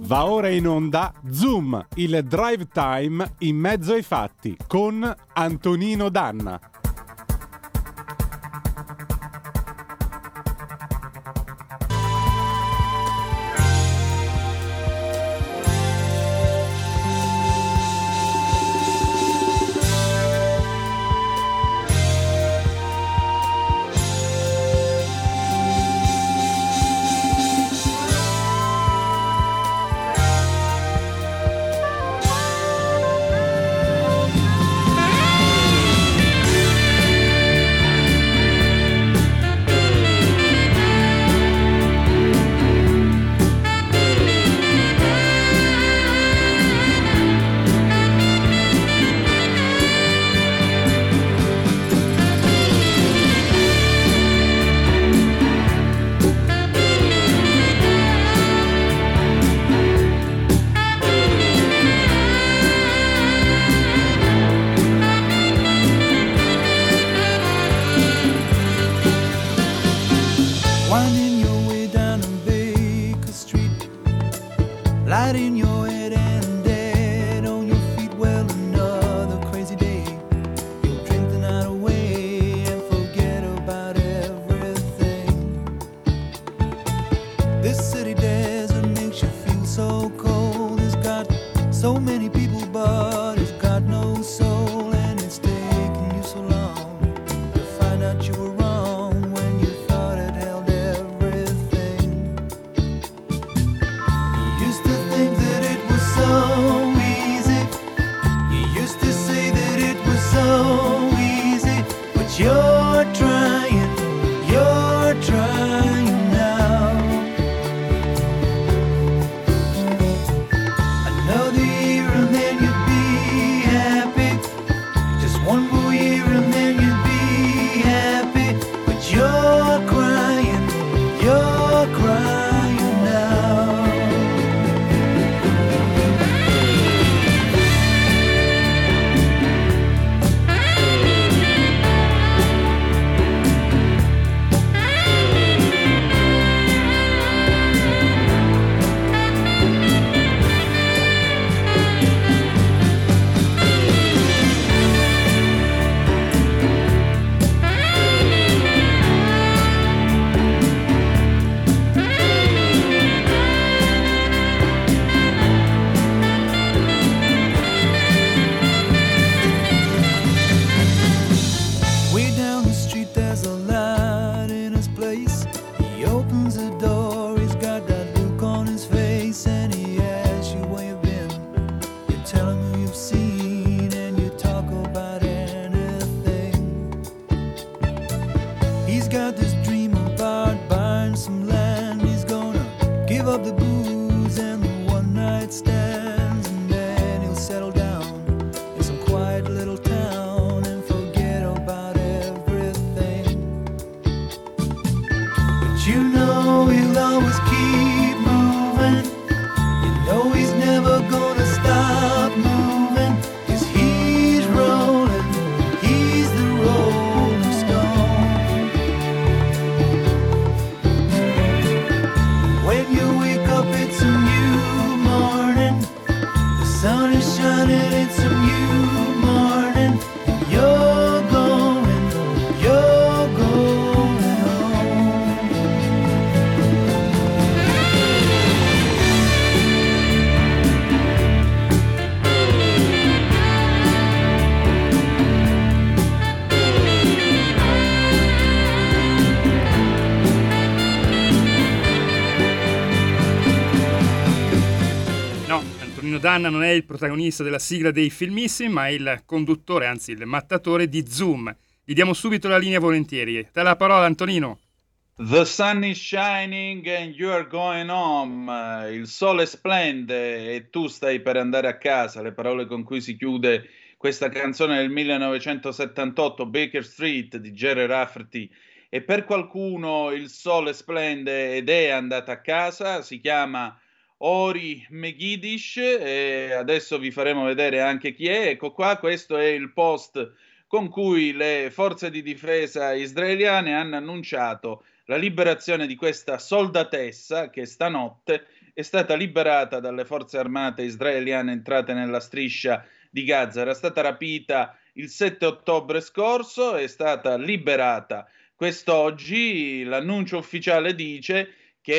Va ora in onda Zoom, il drive time in mezzo ai fatti con Antonino Danna. Danna non è il protagonista della sigla dei Filmissimi, ma il conduttore, anzi il mattatore di Zoom. Gli diamo subito la linea volentieri. Te la parola, Antonino. The sun is shining and you are going home. Il sole splende e tu stai per andare a casa. Le parole con cui si chiude questa canzone del 1978, Baker Street di Jerry Rafferty. E per qualcuno il sole splende ed è andata a casa. Si chiama Ori Megidish, e adesso vi faremo vedere anche chi è. Ecco qua, questo è il post con cui le forze di difesa israeliane hanno annunciato la liberazione di questa soldatessa che stanotte è stata liberata dalle forze armate israeliane entrate nella striscia di Gaza. Era stata rapita il 7 ottobre scorso, è stata liberata quest'oggi. L'annuncio ufficiale dice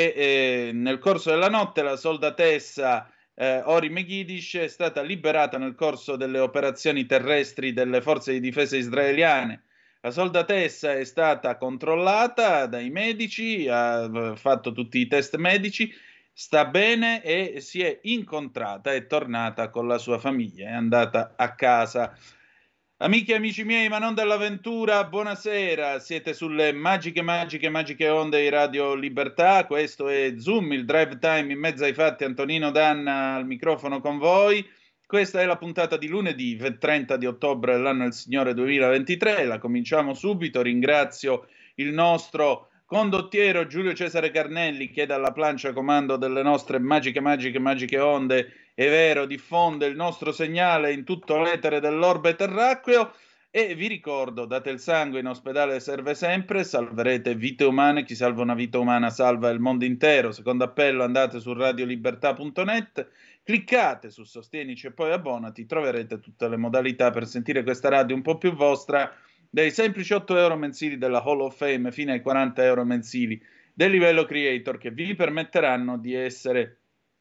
che nel corso della notte la soldatessa Ori Megiddish è stata liberata nel corso delle operazioni terrestri delle forze di difesa israeliane. La soldatessa è stata controllata dai medici, ha fatto tutti i test medici, sta bene e si è incontrata, è tornata con la sua famiglia, è andata a casa. Amiche e amici miei, ma non dell'avventura, buonasera, siete sulle magiche onde di Radio Libertà, questo è Zoom, il drive time in mezzo ai fatti, Antonino Danna al microfono con voi. Questa è la puntata di lunedì 30 di ottobre dell'anno del Signore 2023, la cominciamo subito, ringrazio il nostro condottiero Giulio Cesare Carnelli che dalla plancia comando delle nostre magiche onde, è vero, diffonde il nostro segnale in tutto l'etere dell'orbe terracqueo. E vi ricordo, date il sangue, in ospedale serve sempre, salverete vite umane, chi salva una vita umana salva il mondo intero. Secondo appello, andate su radiolibertà.net, cliccate su Sostienici e poi abbonati, troverete tutte le modalità per sentire questa radio un po' più vostra, dai semplici 8 euro mensili della Hall of Fame fino ai 40 euro mensili del livello creator, che vi permetteranno di essere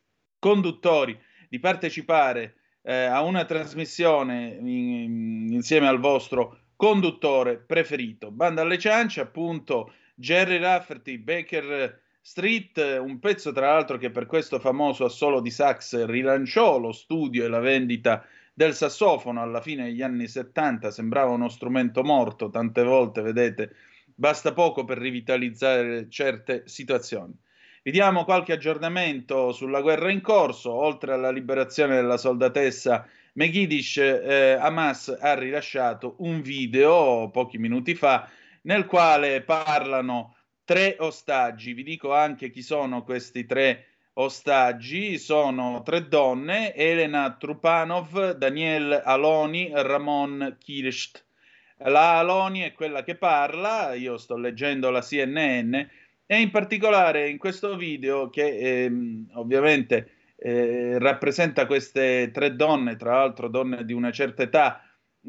conduttori, di partecipare a una trasmissione insieme al vostro conduttore preferito. Banda alle ciance, appunto, Jerry Rafferty, Baker Street, un pezzo tra l'altro che per questo famoso assolo di sax rilanciò lo studio e la vendita del sassofono alla fine degli anni 70, sembrava uno strumento morto, tante volte, vedete, basta poco per rivitalizzare certe situazioni. Vi diamo qualche aggiornamento sulla guerra in corso. Oltre alla liberazione della soldatessa Megiddish, Hamas ha rilasciato un video pochi minuti fa nel quale parlano 3 ostaggi. Vi dico anche chi sono questi 3 ostaggi. Sono 3 donne: Elena Trupanov, Daniel Aloni, Ramon Kirsht. La Aloni è quella che parla, io sto leggendo la CNN, e in particolare in questo video che ovviamente rappresenta queste 3 donne, tra l'altro donne di una certa età,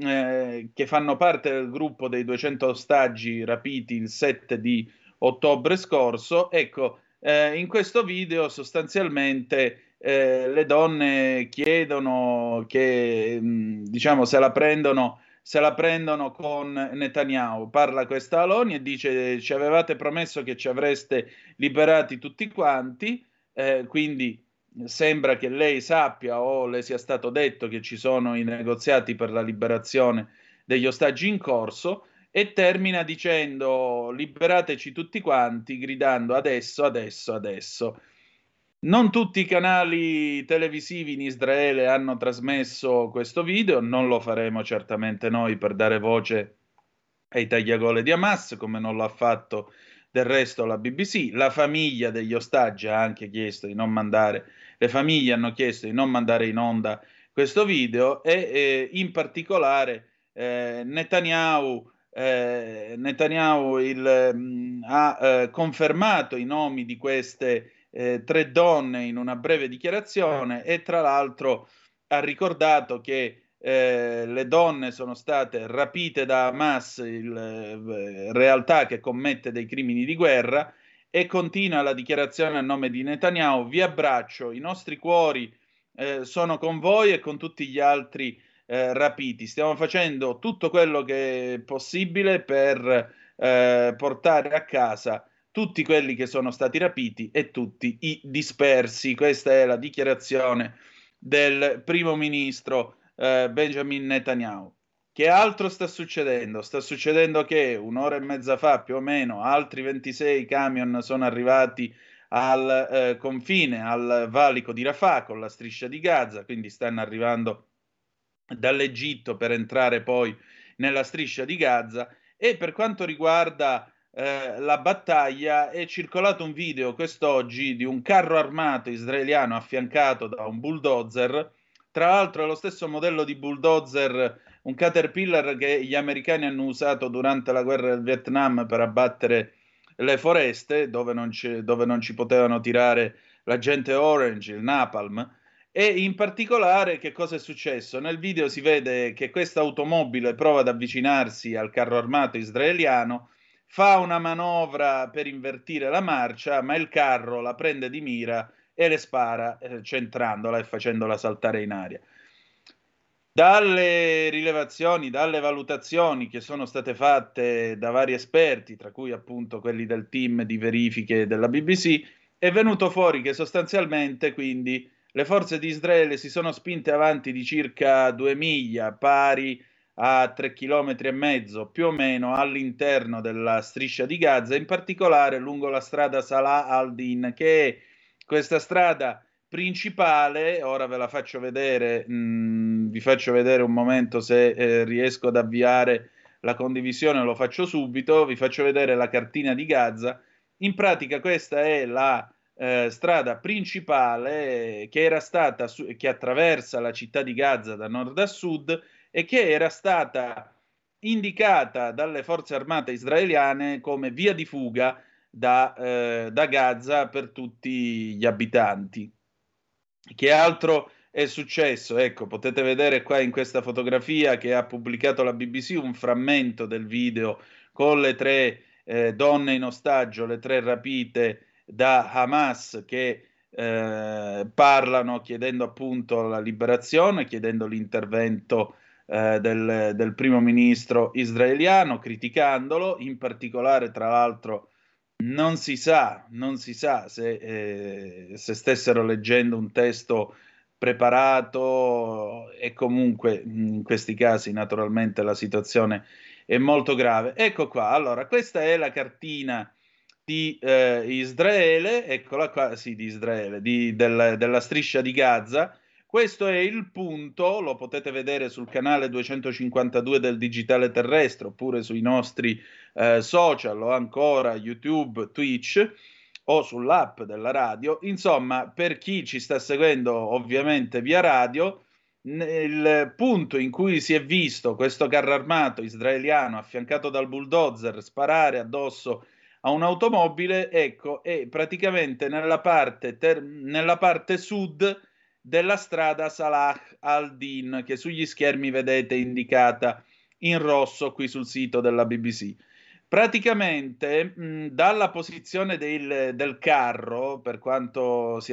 che fanno parte del gruppo dei 200 ostaggi rapiti il 7 di ottobre scorso. Ecco, in questo video sostanzialmente le donne chiedono che diciamo se la prendono con Netanyahu. Parla questa Aloni e dice: ci avevate promesso che ci avreste liberati tutti quanti, quindi sembra che lei sappia o le sia stato detto che ci sono i negoziati per la liberazione degli ostaggi in corso, e termina dicendo: liberateci tutti quanti, gridando adesso, adesso, adesso. Non tutti i canali televisivi in Israele hanno trasmesso questo video, non lo faremo certamente noi per dare voce ai tagliagole di Hamas, come non lo ha fatto del resto la BBC. La famiglia degli ostaggi ha anche chiesto di non mandare, le famiglie hanno chiesto di non mandare in onda questo video, e in particolare Netanyahu ha confermato i nomi di queste 3 donne in una breve dichiarazione, e tra l'altro ha ricordato che le donne sono state rapite da Hamas, realtà che commette dei crimini di guerra, e continua la dichiarazione a nome di Netanyahu: vi abbraccio, i nostri cuori sono con voi e con tutti gli altri rapiti. Stiamo facendo tutto quello che è possibile per portare a casa tutti quelli che sono stati rapiti e tutti i dispersi. Questa è la dichiarazione del primo ministro Benjamin Netanyahu. Che altro sta succedendo? Sta succedendo che un'ora e mezza fa, più o meno, altri 26 camion sono arrivati al confine, al valico di Rafah con la striscia di Gaza, quindi stanno arrivando dall'Egitto per entrare poi nella striscia di Gaza. E per quanto riguarda la battaglia, è circolato un video quest'oggi di un carro armato israeliano affiancato da un bulldozer. Tra l'altro è lo stesso modello di bulldozer, un Caterpillar, che gli americani hanno usato durante la guerra del Vietnam per abbattere le foreste dove non ci potevano tirare l'agente Orange, il napalm. E in particolare che cosa è successo? Nel video si vede che questa automobile prova ad avvicinarsi al carro armato israeliano, fa una manovra per invertire la marcia, ma il carro la prende di mira e le spara, centrandola e facendola saltare in aria. Dalle rilevazioni, dalle valutazioni che sono state fatte da vari esperti, tra cui appunto quelli del team di verifiche della BBC, è venuto fuori che sostanzialmente quindi le forze di Israele si sono spinte avanti di circa 2 miglia, pari a 3,5 km più o meno all'interno della striscia di Gaza, in particolare lungo la strada Salah al-Din, che è questa strada principale. Ora ve la faccio vedere, vi faccio vedere un momento se riesco ad avviare la condivisione, lo faccio subito, vi faccio vedere la cartina di Gaza. In pratica questa è la strada principale che era stata che attraversa la città di Gaza da nord a sud e che era stata indicata dalle forze armate israeliane come via di fuga da Gaza per tutti gli abitanti. Che altro è successo? Ecco, potete vedere qua in questa fotografia che ha pubblicato la BBC un frammento del video con le tre donne in ostaggio, le tre rapite da Hamas che parlano chiedendo appunto la liberazione, chiedendo l'intervento del primo ministro israeliano, criticandolo, in particolare tra l'altro non si sa se stessero leggendo un testo preparato e comunque in questi casi naturalmente la situazione è molto grave. Ecco qua, allora questa è la cartina di Israele, eccola qua, sì, di Israele, della striscia di Gaza. Questo è il punto, lo potete vedere sul canale 252 del Digitale Terrestre oppure sui nostri social o ancora YouTube, Twitch o sull'app della radio. Insomma, per chi ci sta seguendo ovviamente via radio, il punto in cui si è visto questo carro armato israeliano affiancato dal bulldozer sparare addosso a un'automobile, ecco, è praticamente nella parte sud della strada Salah al-Din, che sugli schermi vedete indicata in rosso qui sul sito della BBC. Praticamente dalla posizione del carro, per quanto sia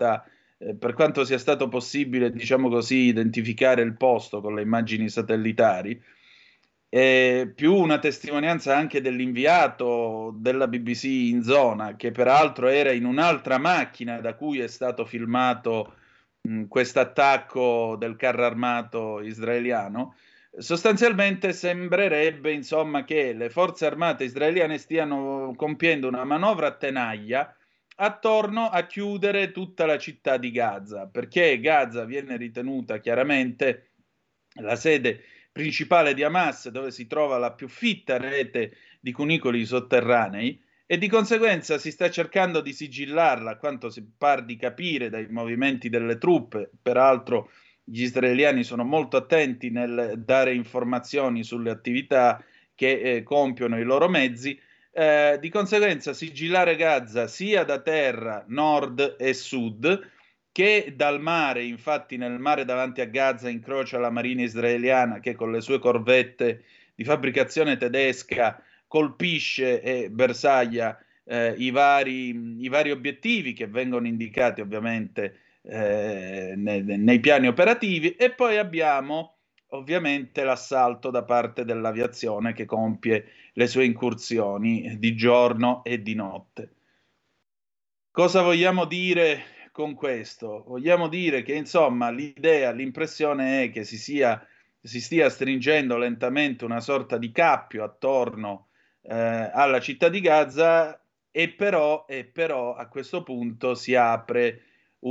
stato possibile, diciamo così, identificare il posto con le immagini satellitari, più una testimonianza anche dell'inviato della BBC in zona, che peraltro era in un'altra macchina da cui è stato filmato questo attacco del carro armato israeliano. Sostanzialmente sembrerebbe, insomma, che le forze armate israeliane stiano compiendo una manovra a tenaglia attorno a chiudere tutta la città di Gaza, perché Gaza viene ritenuta chiaramente la sede principale di Hamas, dove si trova la più fitta rete di cunicoli sotterranei, e di conseguenza si sta cercando di sigillarla, a quanto si par di capire dai movimenti delle truppe. Peraltro gli israeliani sono molto attenti nel dare informazioni sulle attività che compiono i loro mezzi. Di conseguenza sigillare Gaza sia da terra, nord e sud, che dal mare. Infatti nel mare davanti a Gaza incrocia la marina israeliana che con le sue corvette di fabbricazione tedesca colpisce e bersaglia i vari obiettivi che vengono indicati ovviamente nei piani operativi. E poi abbiamo ovviamente l'assalto da parte dell'aviazione che compie le sue incursioni di giorno e di notte. Cosa vogliamo dire con questo? Vogliamo dire che insomma l'impressione è che si stia stringendo lentamente una sorta di cappio attorno alla città di Gaza, e però a questo punto si apre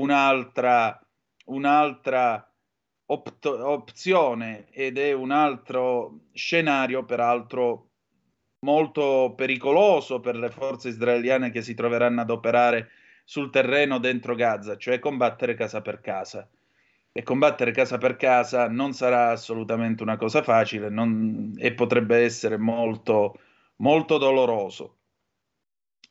un'altra opzione, ed è un altro scenario peraltro molto pericoloso per le forze israeliane che si troveranno ad operare sul terreno dentro Gaza, cioè combattere casa per casa. E combattere casa per casa non sarà assolutamente una cosa facile, e potrebbe essere molto, molto doloroso.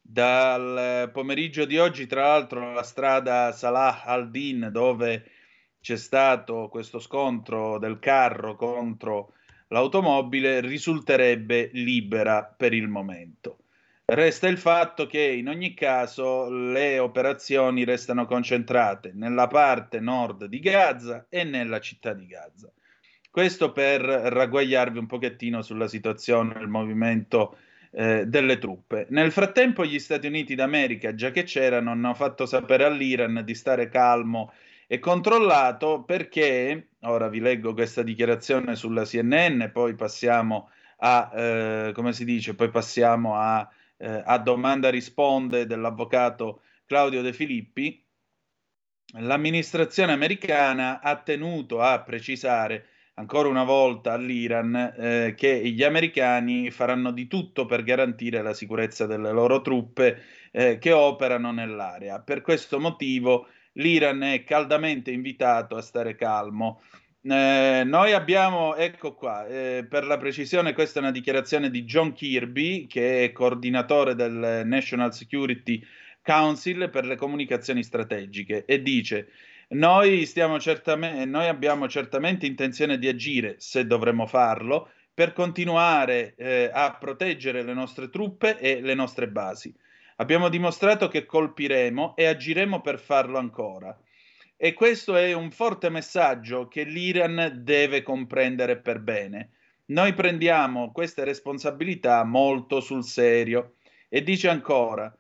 Dal pomeriggio di oggi, tra l'altro, la strada Salah al-Din, dove c'è stato questo scontro del carro contro l'automobile, risulterebbe libera per il momento. Resta il fatto che in ogni caso le operazioni restano concentrate nella parte nord di Gaza e nella città di Gaza. Questo per ragguagliarvi un pochettino sulla situazione del movimento delle truppe. Nel frattempo gli Stati Uniti d'America, già che c'erano, hanno fatto sapere all'Iran di stare calmo e controllato, perché, ora vi leggo questa dichiarazione sulla CNN, poi passiamo a, come si dice, poi passiamo a domanda risponde dell'avvocato Claudio De Filippi. L'amministrazione americana ha tenuto a precisare ancora una volta all'Iran che gli americani faranno di tutto per garantire la sicurezza delle loro truppe che operano nell'area. Per questo motivo l'Iran è caldamente invitato a stare calmo. Noi abbiamo, ecco qua, per la precisione, questa è una dichiarazione di John Kirby, che è coordinatore del National Security Council per le comunicazioni strategiche, e dice: noi abbiamo certamente intenzione di agire, se dovremo farlo, per continuare a proteggere le nostre truppe e le nostre basi. Abbiamo dimostrato che colpiremo e agiremo per farlo ancora. E questo è un forte messaggio che l'Iran deve comprendere per bene. Noi prendiamo queste responsabilità molto sul serio. E dice ancora: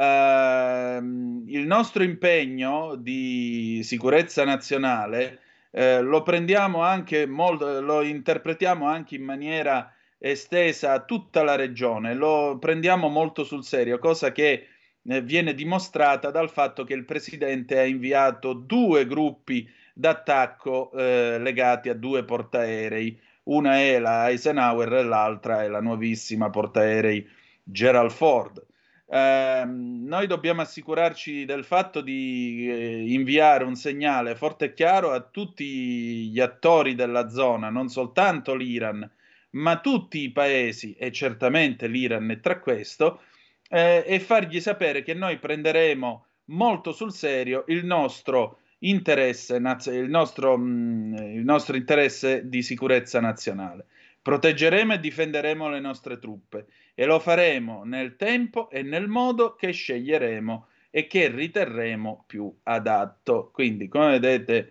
il nostro impegno di sicurezza nazionale lo prendiamo anche molto, lo interpretiamo anche in maniera estesa a tutta la regione, lo prendiamo molto sul serio, cosa che viene dimostrata dal fatto che il presidente ha inviato 2 gruppi d'attacco legati a 2 portaerei. Una è la Eisenhower e l'altra è la nuovissima portaerei Gerald Ford. Noi dobbiamo assicurarci del fatto di inviare un segnale forte e chiaro a tutti gli attori della zona, non soltanto l'Iran, ma tutti i paesi, e certamente l'Iran è tra questo, e fargli sapere che noi prenderemo molto sul serio il nostro interesse, il nostro interesse di sicurezza nazionale. Proteggeremo e difenderemo le nostre truppe e lo faremo nel tempo e nel modo che sceglieremo e che riterremo più adatto. Quindi, come vedete,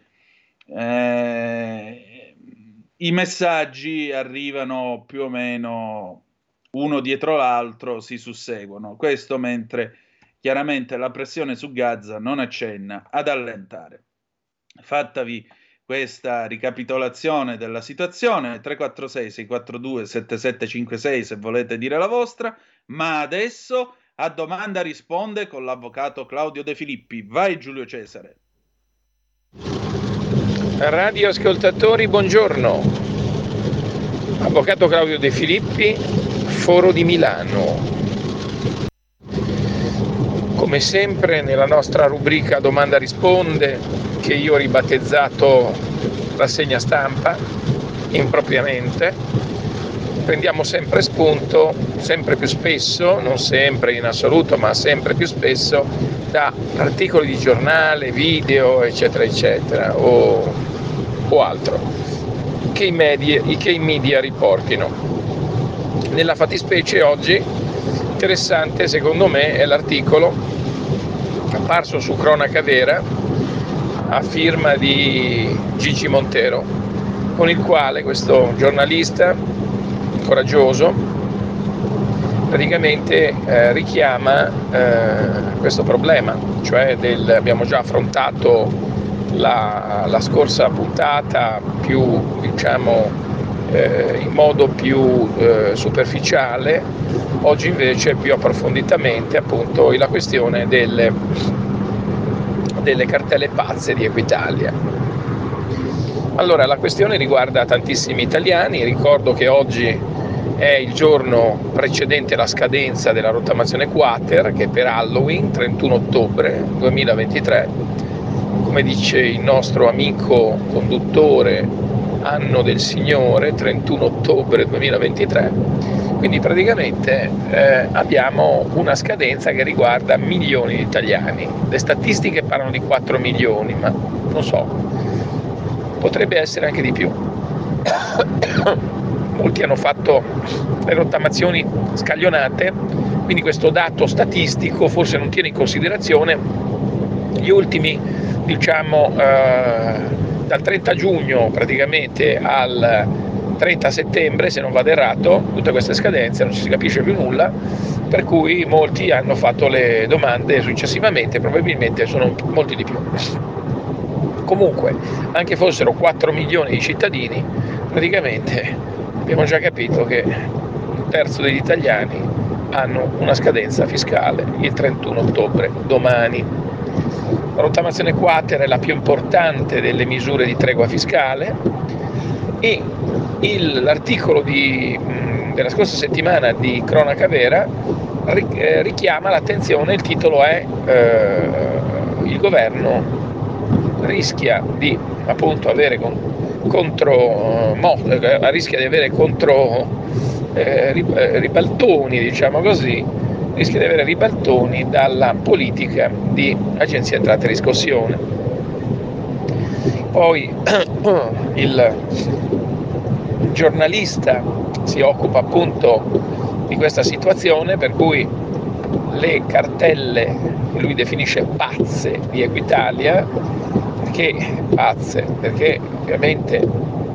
i messaggi arrivano più o meno uno dietro l'altro, si susseguono. Questo mentre chiaramente la pressione su Gaza non accenna ad allentare. Fattavi questa ricapitolazione della situazione, 346-642-7756 se volete dire la vostra, ma adesso a domanda risponde con l'avvocato Claudio De Filippi. Vai Giulio Cesare. Radioascoltatori, buongiorno. Avvocato Claudio De Filippi, Foro di Milano. Come sempre nella nostra rubrica Domanda risponde, che io ho ribattezzato rassegna stampa impropriamente, prendiamo sempre spunto, sempre più spesso, non sempre in assoluto, ma sempre più spesso, da articoli di giornale, video, eccetera, eccetera, o altro, che i media riportino. Nella fattispecie oggi, interessante secondo me, è l'articolo apparso su Cronaca Vera, a firma di Gigi Montero, con il quale questo giornalista coraggioso praticamente richiama questo problema, cioè abbiamo già affrontato la scorsa puntata più, diciamo, in modo più superficiale, oggi invece più approfonditamente appunto la questione delle cartelle pazze di Equitalia. Allora, la questione riguarda tantissimi italiani. Ricordo che oggi è il giorno precedente alla scadenza della rottamazione quater, che è per Halloween, 31 ottobre 2023. Come dice il nostro amico conduttore, anno del Signore, 31 ottobre 2023. Quindi praticamente abbiamo una scadenza che riguarda milioni di italiani. Le statistiche parlano di 4 milioni, ma non so, potrebbe essere anche di più. Molti hanno fatto le rottamazioni scaglionate, quindi questo dato statistico forse non tiene in considerazione gli ultimi, diciamo, dal 30 giugno praticamente al 30 settembre, se non vado errato, tutte queste scadenze, non ci si capisce più nulla, per cui molti hanno fatto le domande successivamente, probabilmente sono molti di più. Comunque, anche fossero 4 milioni di cittadini, praticamente abbiamo già capito che un terzo degli italiani hanno una scadenza fiscale il 31 ottobre, domani. La rottamazione quater è la più importante delle misure di tregua fiscale e l'articolo della scorsa settimana di Cronaca Vera richiama l'attenzione. Il titolo è il governo rischia di appunto avere ribaltoni, diciamo così, rischia di avere ribaltoni dalla politica di Agenzia Entrate e Riscossione. Poi il giornalista si occupa appunto di questa situazione, per cui le cartelle che lui definisce pazze di Equitalia, perché ovviamente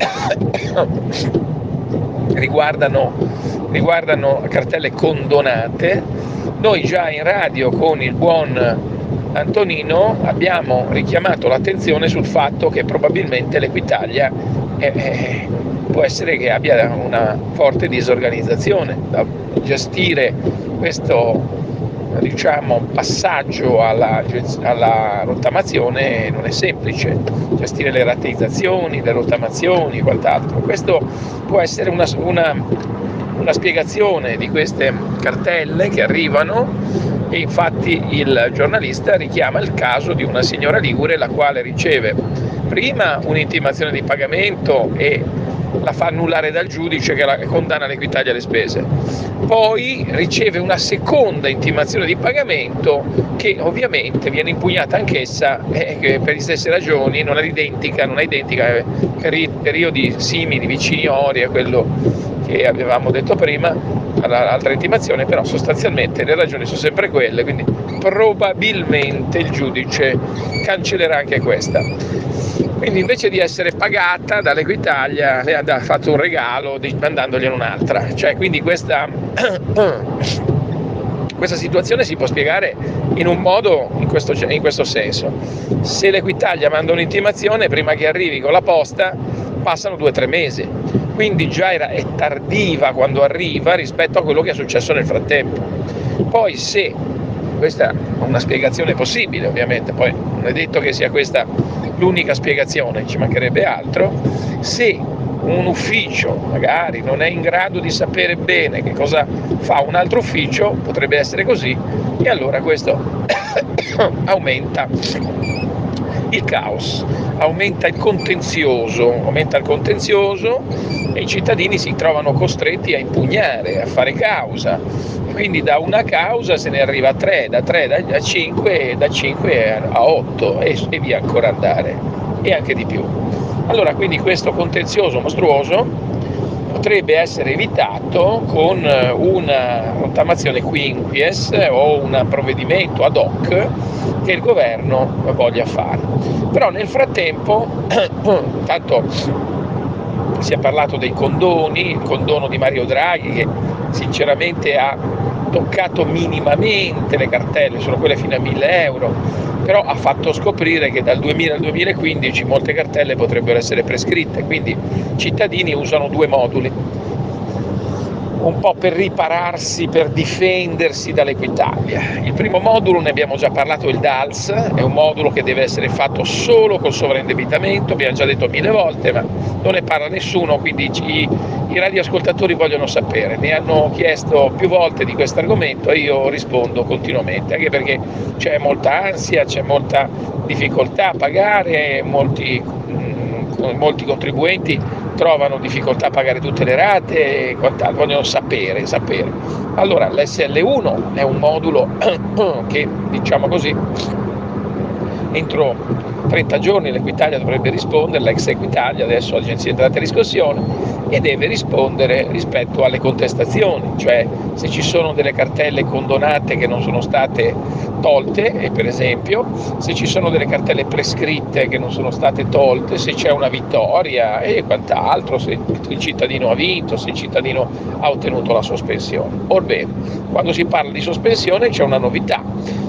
riguardano cartelle condonate. Noi già in radio con il buon Antonino abbiamo richiamato l'attenzione sul fatto che probabilmente l'Equitalia può essere che abbia una forte disorganizzazione. Da gestire questo, diciamo, passaggio alla rottamazione non è semplice, gestire le rateizzazioni, le rottamazioni e quant'altro. Questo può essere una spiegazione di queste cartelle che arrivano, e infatti il giornalista richiama il caso di una signora ligure la quale riceve prima un'intimazione di pagamento e la fa annullare dal giudice che la condanna l'Equitalia alle spese, poi riceve una seconda intimazione di pagamento che ovviamente viene impugnata anch'essa per le stesse ragioni, non è identica periodi simili, vicini ori a quello che avevamo detto prima, all'altra intimazione, però sostanzialmente le ragioni sono sempre quelle, quindi probabilmente il giudice cancellerà anche questa. Quindi invece di essere pagata dall'Equitalia le ha fatto un regalo mandandogliene un'altra. Quindi questa situazione si può spiegare in un modo, in questo senso. Se l'Equitalia manda un'intimazione, prima che arrivi con la posta passano 2 o 3 mesi, quindi già è tardiva quando arriva rispetto a quello che è successo nel frattempo. Poi questa è una spiegazione possibile, ovviamente, poi non è detto che sia questa l'unica spiegazione, ci mancherebbe altro. Se un ufficio magari non è in grado di sapere bene che cosa fa un altro ufficio, potrebbe essere così, e allora questo aumenta il caos, aumenta il contenzioso e i cittadini si trovano costretti a impugnare, a fare causa. Quindi da una causa se ne arriva a 3, da 3 a 5, da 5 a 8 e via ancora andare, e anche di più. Allora, quindi questo contenzioso mostruoso potrebbe essere evitato con una rottamazione quinquies o un provvedimento ad hoc che il governo voglia fare. Però nel frattempo, tanto si è parlato dei condoni, il condono di Mario Draghi che sinceramente ha toccato minimamente le cartelle, sono quelle fino a 1.000 euro, però ha fatto scoprire che dal 2000 al 2015 molte cartelle potrebbero essere prescritte, quindi i cittadini usano 2 moduli, un po' per ripararsi, per difendersi dall'Equitalia. Il primo modulo, ne abbiamo già parlato, il DALS, è un modulo che deve essere fatto solo col sovraindebitamento, abbiamo già detto 1000 volte, ma non ne parla nessuno, quindi i radioascoltatori vogliono sapere, mi hanno chiesto più volte di questo argomento e io rispondo continuamente, anche perché c'è molta ansia, c'è molta difficoltà a pagare, molti molti contribuenti trovano difficoltà a pagare tutte le rate e quant'altro, vogliono sapere. Allora l'SL1 è un modulo che, diciamo così, entro 30 giorni l'Equitalia dovrebbe rispondere, l'ex Equitalia, adesso Agenzia Entrate e Riscossione, e deve rispondere rispetto alle contestazioni, cioè se ci sono delle cartelle condonate che non sono state tolte, e per esempio se ci sono delle cartelle prescritte che non sono state tolte, se c'è una vittoria e quant'altro, se il cittadino ha vinto, se il cittadino ha ottenuto la sospensione. Orbene, quando si parla di sospensione c'è una novità.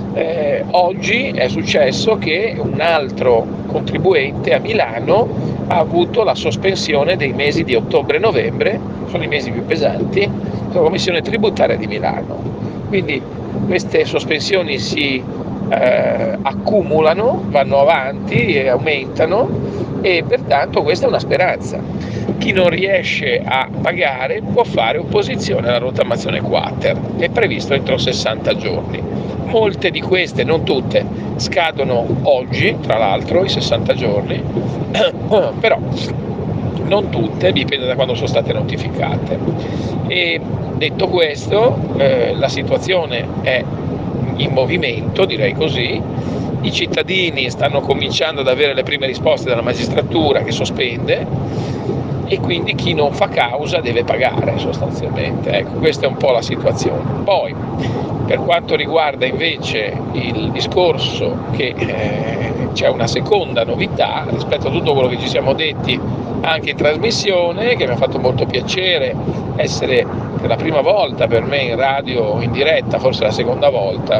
Oggi è successo che un altro contribuente a Milano ha avuto la sospensione dei mesi di ottobre e novembre, sono i mesi più pesanti, della Commissione tributaria di Milano. Quindi queste sospensioni si accumulano, vanno avanti e aumentano, e pertanto questa è una speranza. Chi non riesce a pagare può fare opposizione alla rottamazione quater, che è previsto entro 60 giorni. Molte di queste, non tutte, scadono oggi, tra l'altro, i 60 giorni, però non tutte, dipende da quando sono state notificate. E detto questo, la situazione è in movimento, direi così. I cittadini stanno cominciando ad avere le prime risposte dalla magistratura che sospende, e quindi chi non fa causa deve pagare sostanzialmente. Ecco, questa è un po' la situazione. Poi, per quanto riguarda invece il discorso che c'è una seconda novità rispetto a tutto quello che ci siamo detti anche in trasmissione, che mi ha fatto molto piacere essere per la prima volta per me in radio in diretta, forse la seconda volta,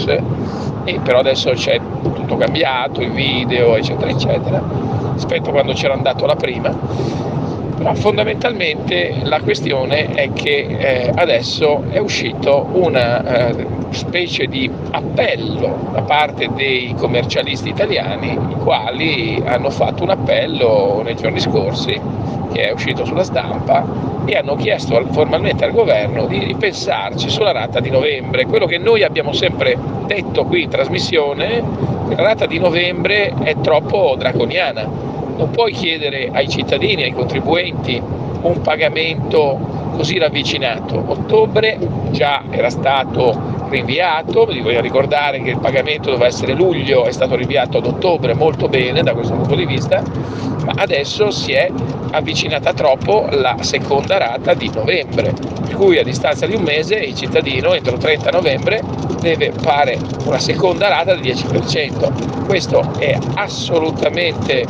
e però adesso c'è tutto cambiato, i video eccetera eccetera, rispetto a quando c'era andato la prima. Però fondamentalmente la questione è che adesso è uscito una specie di appello da parte dei commercialisti italiani, i quali hanno fatto un appello nei giorni scorsi, che è uscito sulla stampa, e hanno chiesto formalmente al governo di ripensarci sulla rata di novembre. Quello che noi abbiamo sempre detto qui in trasmissione, la rata di novembre è troppo draconiana. Non puoi chiedere ai cittadini, ai contribuenti, un pagamento così ravvicinato. Ottobre già era stato rinviato, vi voglio ricordare che il pagamento doveva essere luglio, è stato rinviato ad ottobre, molto bene da questo punto di vista, ma adesso si è avvicinata troppo la seconda rata di novembre, per cui a distanza di un mese il cittadino entro 30 novembre deve fare una seconda rata del 10%. Questo è assolutamente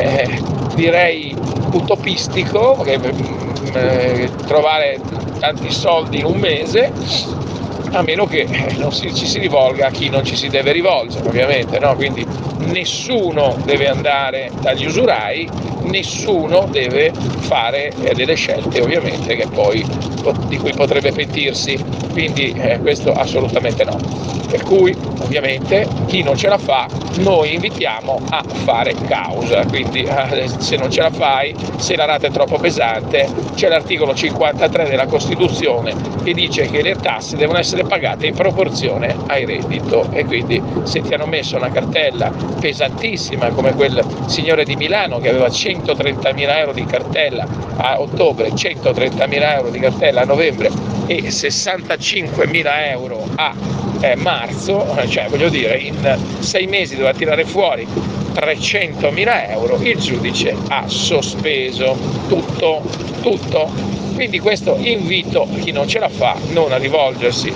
direi utopistico, perché trovare tanti soldi in un mese, a meno che non ci si rivolga a chi non ci si deve rivolgere, ovviamente, no? Quindi nessuno deve andare dagli usurai, nessuno deve fare delle scelte ovviamente che poi di cui potrebbe pentirsi, quindi questo assolutamente no. Per cui ovviamente chi non ce la fa noi invitiamo a fare causa, quindi se non ce la fai, se la rata è troppo pesante, c'è l'articolo 53 della Costituzione che dice che le tasse devono essere pagate in proporzione al reddito, e quindi se ti hanno messo una cartella pesantissima come quel signore di Milano che aveva 130.000 euro di cartella a ottobre, 130.000 euro di cartella a novembre e 65.000 euro a marzo, cioè voglio dire, in 6 mesi doveva tirare fuori 300.000 euro, il giudice ha sospeso tutto. Quindi questo invito a chi non ce la fa non a rivolgersi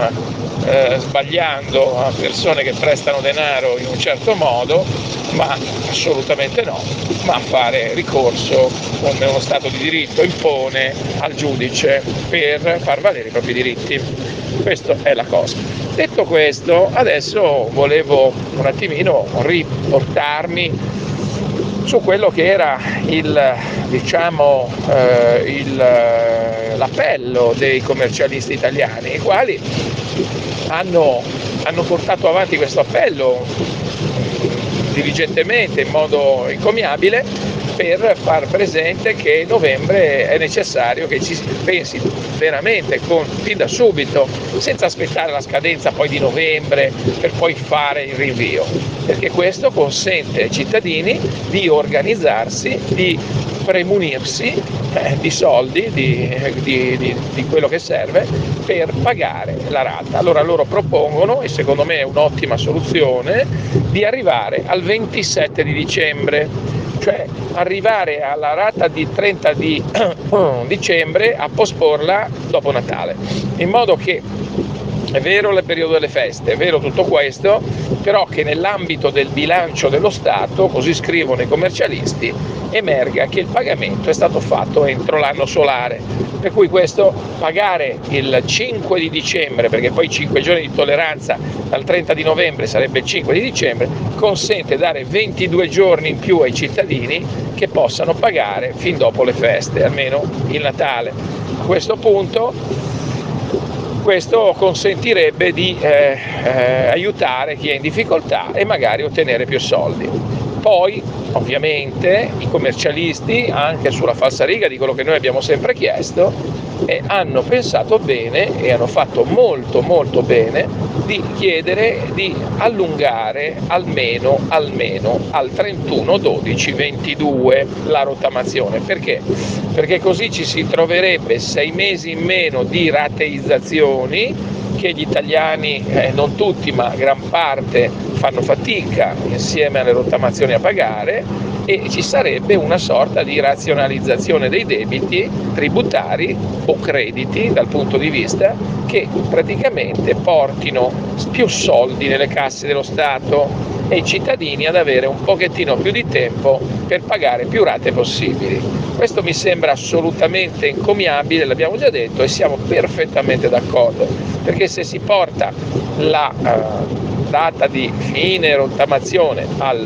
sbagliando a persone che prestano denaro in un certo modo, ma assolutamente no, ma a fare ricorso come uno Stato di diritto impone al giudice per far valere i propri diritti. Questa è la cosa. Detto questo, adesso volevo un attimino riportarmi su quello che era l'appello dei commercialisti italiani, i quali hanno portato avanti questo appello diligentemente, in modo encomiabile, per far presente che novembre è necessario che ci si pensi veramente fin da subito, senza aspettare la scadenza poi di novembre per poi fare il rinvio, perché questo consente ai cittadini di organizzarsi, di premunirsi di soldi, di quello che serve per pagare la rata. Allora loro propongono, e secondo me è un'ottima soluzione, di arrivare al 27 di dicembre, cioè arrivare alla rata di 30 di dicembre a posporla dopo Natale, in modo che è vero il periodo delle feste, è vero tutto questo, però che nell'ambito del bilancio dello Stato, così scrivono i commercialisti, emerga che il pagamento è stato fatto entro l'anno solare. Per cui questo, pagare il 5 di dicembre, perché poi 5 giorni di tolleranza dal 30 di novembre sarebbe il 5 di dicembre, consente dare 22 giorni in più ai cittadini che possano pagare fin dopo le feste, almeno il Natale. A questo punto questo consentirebbe di aiutare chi è in difficoltà e magari ottenere più soldi. Poi ovviamente i commercialisti, anche sulla falsariga di quello che noi abbiamo sempre chiesto, hanno pensato bene e hanno fatto molto molto bene di chiedere di allungare almeno al 31/12/22 la rottamazione. Perché? Perché così ci si troverebbe 6 mesi in meno di rateizzazioni che gli italiani, non tutti ma gran parte, fanno fatica insieme alle rottamazioni a pagare, e ci sarebbe una sorta di razionalizzazione dei debiti tributari o crediti dal punto di vista che praticamente portino più soldi nelle casse dello Stato e i cittadini ad avere un pochettino più di tempo per pagare più rate possibili. Questo mi sembra assolutamente encomiabile, l'abbiamo già detto, e siamo perfettamente d'accordo, perché se si porta la data di fine rottamazione al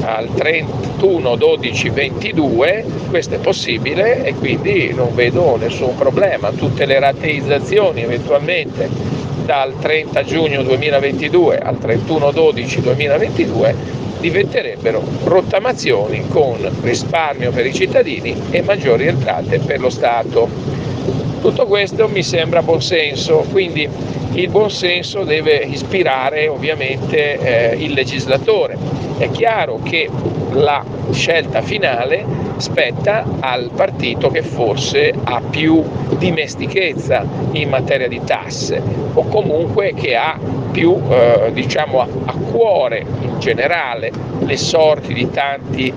31/12/22, questo è possibile e quindi non vedo nessun problema. Tutte le rateizzazioni eventualmente dal 30 giugno 2022 al 31/12/2022 diventerebbero rottamazioni con risparmio per i cittadini e maggiori entrate per lo Stato. Tutto questo mi sembra buonsenso, quindi il buonsenso deve ispirare ovviamente il legislatore. È chiaro che la scelta finale spetta al partito che forse ha più dimestichezza in materia di tasse, o comunque che ha più a cuore in generale le sorti di tanti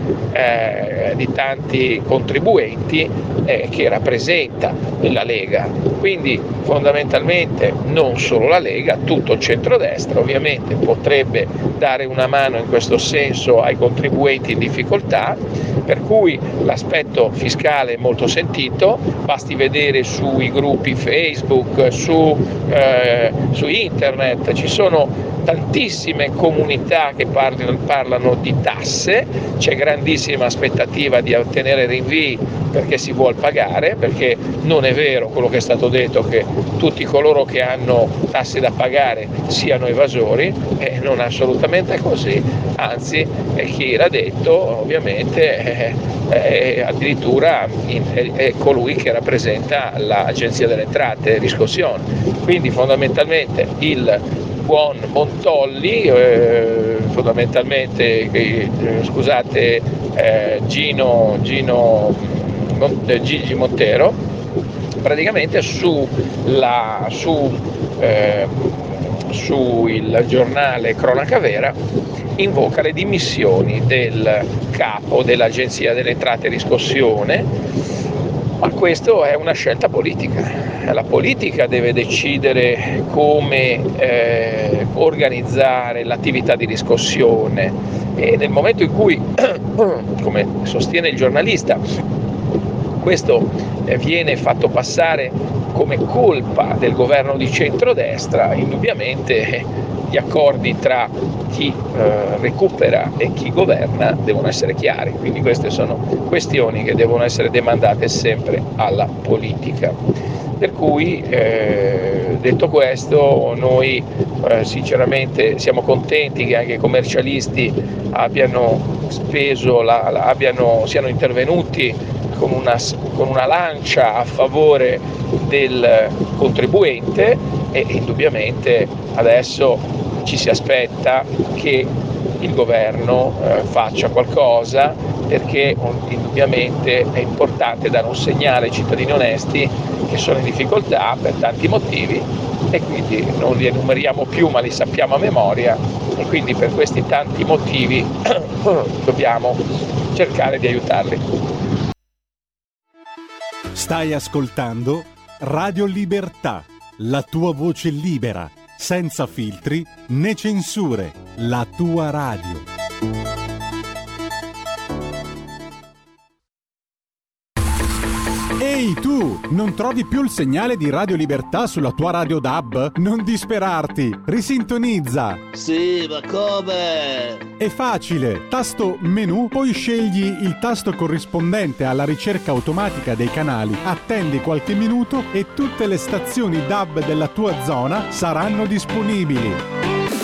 contribuenti che rappresenta la Lega. Quindi fondamentalmente non solo la Lega, tutto il centrodestra ovviamente potrebbe dare una mano in questo senso ai contribuenti in difficoltà, per cui l'aspetto fiscale è molto sentito. Basti vedere sui gruppi Facebook, su internet, ci sono tantissime comunità che parlano di tasse, c'è grandissima aspettativa di ottenere rinvii perché si vuol pagare, perché non è vero quello che è stato detto che tutti coloro che hanno tasse da pagare siano evasori, non è assolutamente così, anzi chi l'ha detto ovviamente addirittura è colui che rappresenta l'Agenzia delle Entrate Riscossione. Quindi fondamentalmente il buon Montolli, Gigi Montero, praticamente su il giornale Cronaca Vera invoca le dimissioni del capo dell'Agenzia delle Entrate Riscossione, ma questo è una scelta politica. La politica deve decidere come organizzare l'attività di riscossione, e nel momento in cui, come sostiene il giornalista, questo viene fatto passare come colpa del governo di centrodestra, indubbiamente gli accordi tra chi recupera e chi governa devono essere chiari, quindi queste sono questioni che devono essere demandate sempre alla politica. Per cui, detto questo, noi sinceramente siamo contenti che anche i commercialisti siano intervenuti con una lancia a favore del contribuente, e indubbiamente adesso ci si aspetta che il governo faccia qualcosa, perché indubbiamente è importante dare un segnale ai cittadini onesti che sono in difficoltà per tanti motivi, e quindi non li enumeriamo più ma li sappiamo a memoria, e quindi per questi tanti motivi dobbiamo cercare di aiutarli. Stai ascoltando Radio Libertà, la tua voce libera, senza filtri né censure, la tua radio. Ehi tu, non trovi più il segnale di Radio Libertà sulla tua radio DAB? Non disperarti, risintonizza! Sì, ma come? È facile, tasto menu, poi scegli il tasto corrispondente alla ricerca automatica dei canali, attendi qualche minuto e tutte le stazioni DAB della tua zona saranno disponibili.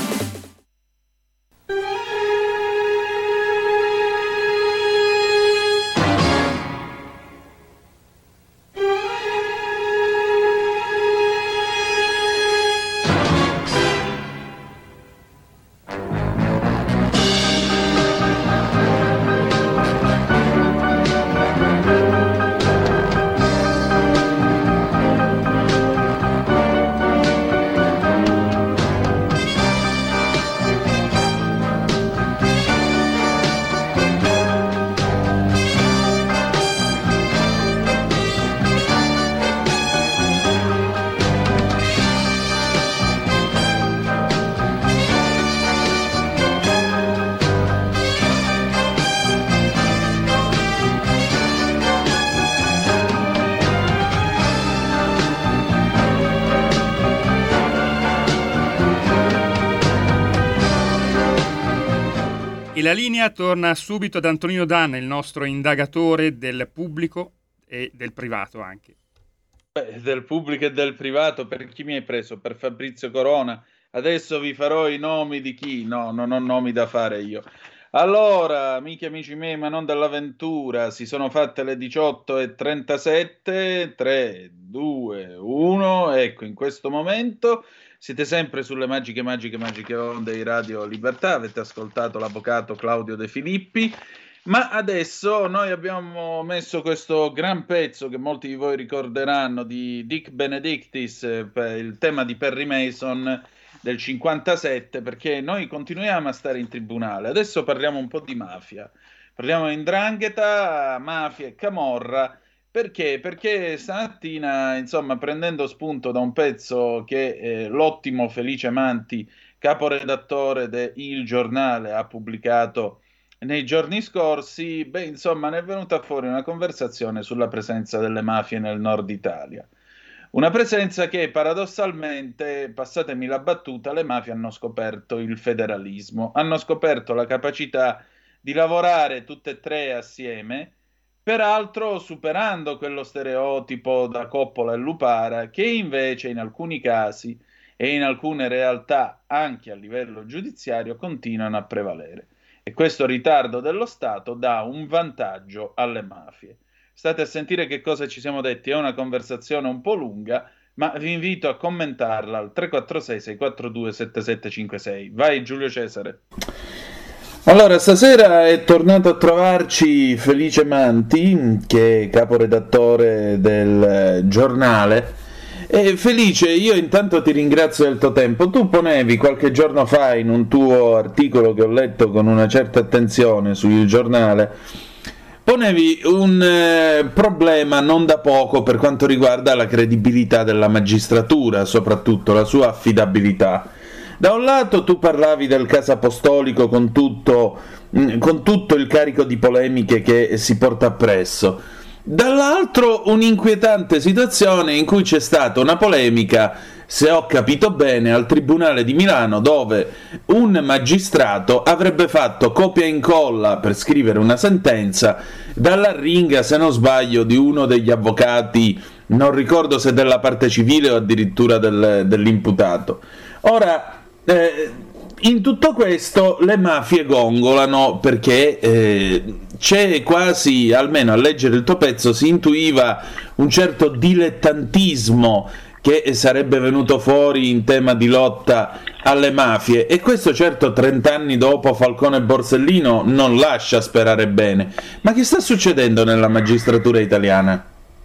E la linea torna subito ad Antonino Danna, il nostro indagatore del pubblico e del privato anche. Del pubblico e del privato, per chi mi hai preso? Per Fabrizio Corona? Adesso vi farò i nomi di chi? No, non ho nomi da fare io. Allora, amici miei, ma non dall'avventura, si sono fatte le 18:37, 3, 2, 1, ecco, in questo momento siete sempre sulle magiche onde di Radio Libertà, avete ascoltato l'avvocato Claudio De Filippi, ma adesso noi abbiamo messo questo gran pezzo che molti di voi ricorderanno di Dick Benedictis, per il tema di Perry Mason del 57, perché noi continuiamo a stare in tribunale. Adesso parliamo un po' di mafia, parliamo di 'ndrangheta, mafia e camorra. Perché? Perché stamattina, insomma, prendendo spunto da un pezzo che l'ottimo Felice Manti, caporedattore de Il Giornale, ha pubblicato nei giorni scorsi, insomma, ne è venuta fuori una conversazione sulla presenza delle mafie nel nord Italia. Una presenza che paradossalmente, passatemi la battuta, le mafie hanno scoperto il federalismo, hanno scoperto la capacità di lavorare tutte e tre assieme, peraltro superando quello stereotipo da Coppola e Lupara che invece in alcuni casi e in alcune realtà anche a livello giudiziario continuano a prevalere. E questo ritardo dello Stato dà un vantaggio alle mafie. State a sentire che cosa ci siamo detti, è una conversazione un po' lunga, ma vi invito a commentarla al 346-642-7756. Vai Giulio Cesare. Allora, stasera è tornato a trovarci Felice Manti, che è caporedattore del Giornale. E Felice, io intanto ti ringrazio del tuo tempo. Tu ponevi qualche giorno fa in un tuo articolo che ho letto con una certa attenzione sul Giornale, ponevi un problema non da poco per quanto riguarda la credibilità della magistratura, soprattutto la sua affidabilità. Da un lato tu parlavi del caso apostolico con tutto il carico di polemiche che si porta appresso, dall'altro un'inquietante situazione in cui c'è stata una polemica se ho capito bene, al Tribunale di Milano, dove un magistrato avrebbe fatto copia e incolla per scrivere una sentenza dall'arringa, se non sbaglio, di uno degli avvocati, non ricordo se della parte civile o addirittura dell'imputato. Ora, in tutto questo le mafie gongolano perché c'è quasi, almeno a leggere il tuo pezzo, si intuiva un certo dilettantismo che sarebbe venuto fuori in tema di lotta alle mafie, e questo certo 30 anni dopo Falcone e Borsellino non lascia sperare bene. Ma che sta succedendo nella magistratura italiana?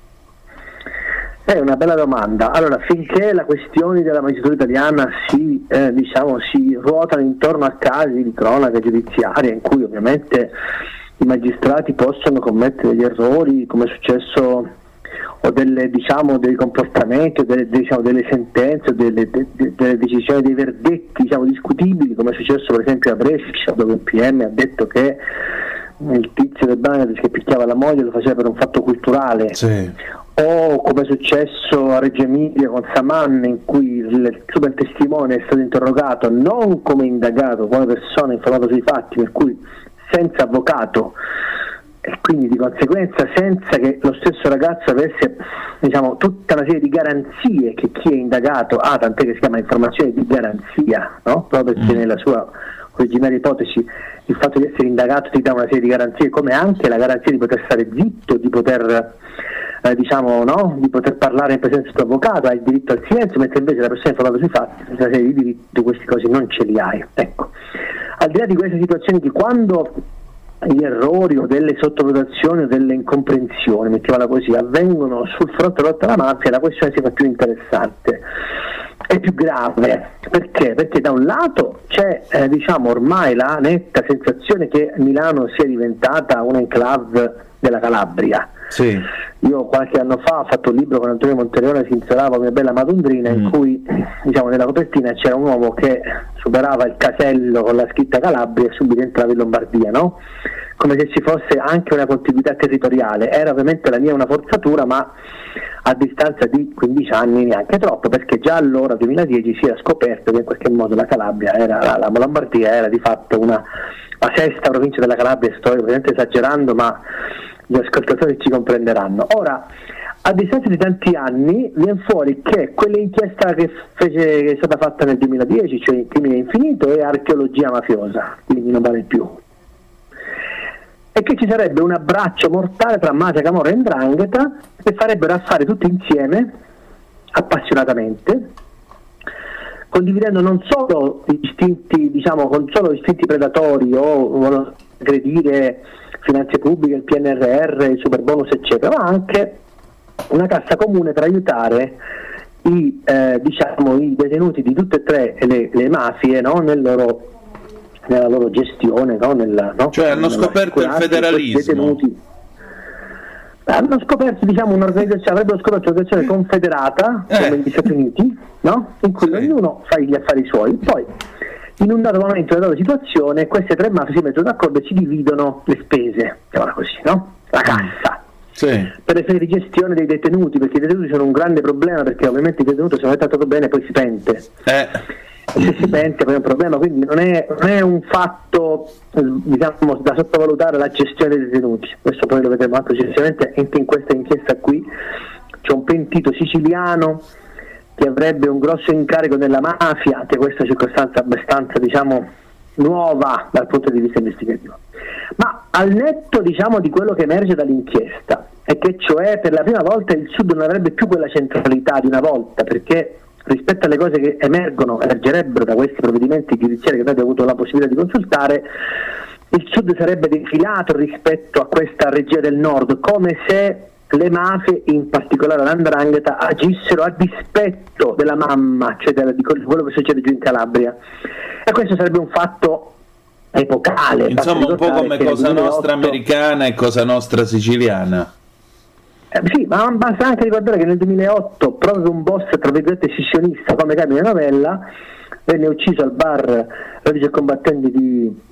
È una bella domanda. Allora, finché le questioni della magistratura italiana si ruotano intorno a casi di cronaca giudiziaria in cui ovviamente i magistrati possono commettere degli errori, come è successo, o dei comportamenti, o delle sentenze, o delle decisioni, dei verdetti discutibili, come è successo per esempio a Brescia, dove il PM ha detto che il tizio del Bangladesh che picchiava la moglie lo faceva per un fatto culturale. Sì. O come è successo a Reggio Emilia con Saman, in cui il super testimone è stato interrogato non come indagato, come persona informata sui fatti, per cui senza avvocato, e quindi di conseguenza senza che lo stesso ragazzo avesse tutta una serie di garanzie che chi è indagato ha, tant'è che si chiama informazione di garanzia, no? Proprio perché nella sua originaria ipotesi il fatto di essere indagato ti dà una serie di garanzie, come anche la garanzia di poter stare zitto, di poter di poter parlare in presenza del tuo avvocato, hai il diritto al silenzio, mentre invece la persona informata sui fatti una serie di diritti, queste cose non ce li hai. Ecco, al di là di queste situazioni, di quando gli errori o delle sottovalutazioni o delle incomprensioni, mettiamola così, avvengono sul fronte lotta alla mafia, la questione si fa più interessante, è più grave. Perché? Perché da un lato c'è ormai la netta sensazione che Milano sia diventata un enclave della Calabria. Sì. Io qualche anno fa ho fatto un libro con Antonio Monterione, si intitolava Mia bella Madondrina, in cui nella copertina c'era un uomo che superava il casello con la scritta Calabria e subito entrava in Lombardia, no? Come se ci fosse anche una contiguità territoriale. Era ovviamente la mia una forzatura, ma a distanza di 15 anni neanche troppo, perché già allora, 2010, si era scoperto che in qualche modo la Calabria la Lombardia era di fatto la sesta provincia della Calabria. Sto ovviamente esagerando, ma gli ascoltatori ci comprenderanno. Ora, a distanza di tanti anni, viene fuori che quell'inchiesta che è stata fatta nel 2010, cioè il crimine infinito, è archeologia mafiosa, quindi non vale più, e che ci sarebbe un abbraccio mortale tra mafia, camorra e 'ndrangheta, che farebbero affari tutti insieme, appassionatamente, condividendo non solo istinti, istinti predatori o aggredire finanze pubbliche, il PNRR, il superbonus eccetera, ma anche una cassa comune per aiutare i detenuti di tutte e tre le mafie, no? nella loro gestione, no? Cioè hanno scoperto il federalismo. Hanno scoperto un'organizzazione, avrebbero scoperto un'organizzazione confederata come gli Stati Uniti, no? In cui ognuno fa gli affari suoi, poi in un dato momento, nella loro situazione, queste tre mafie si mettono d'accordo e si dividono le spese, chiamala così, no? La cassa. Sì. Per le fedi di gestione dei detenuti, perché i detenuti sono un grande problema, perché ovviamente il detenuto, se non è trattato bene, poi si pente. E se si pente poi è un problema, quindi non è un fatto da sottovalutare la gestione dei detenuti. Questo poi lo vedremo anche successivamente. Anche in questa inchiesta qui c'è un pentito siciliano che avrebbe un grosso incarico nella mafia, anche questa circostanza abbastanza nuova dal punto di vista investigativo. Ma al netto di quello che emerge dall'inchiesta, è che cioè per la prima volta il Sud non avrebbe più quella centralità di una volta, perché rispetto alle cose che emergerebbero da questi provvedimenti giudiziari che avete avuto la possibilità di consultare, il Sud sarebbe defilato rispetto a questa regia del Nord, come se le mafie, in particolare la 'ndrangheta, agissero a dispetto della mamma, cioè di quello che succede giù in Calabria, e questo sarebbe un fatto epocale. Insomma, un po' come Cosa Nostra americana e Cosa Nostra siciliana. Sì, ma basta anche ricordare che nel 2008 proprio un boss tra virgolette scissionista come Carmine Novella venne ucciso al bar Radici e Combattenti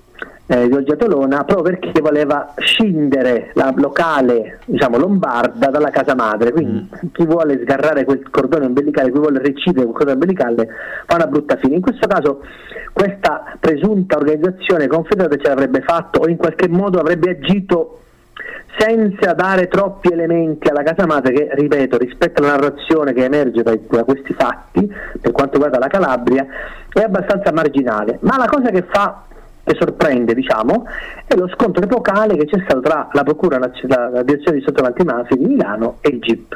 di Olgiatolona, proprio perché voleva scindere la locale, diciamo, lombarda dalla casa madre. Quindi chi vuole sgarrare quel cordone ombelicale, chi vuole recidere quel cordone ombelicale, fa una brutta fine. In questo caso questa presunta organizzazione confederata ce l'avrebbe fatto, o in qualche modo avrebbe agito senza dare troppi elementi alla casa madre, che, ripeto, rispetto alla narrazione che emerge da questi fatti per quanto riguarda la Calabria è abbastanza marginale. Ma la cosa che sorprende, diciamo, è lo scontro epocale che c'è stato tra la Procura Nazionale, la Direzione di Istituto Antimafia di Milano e il GIP.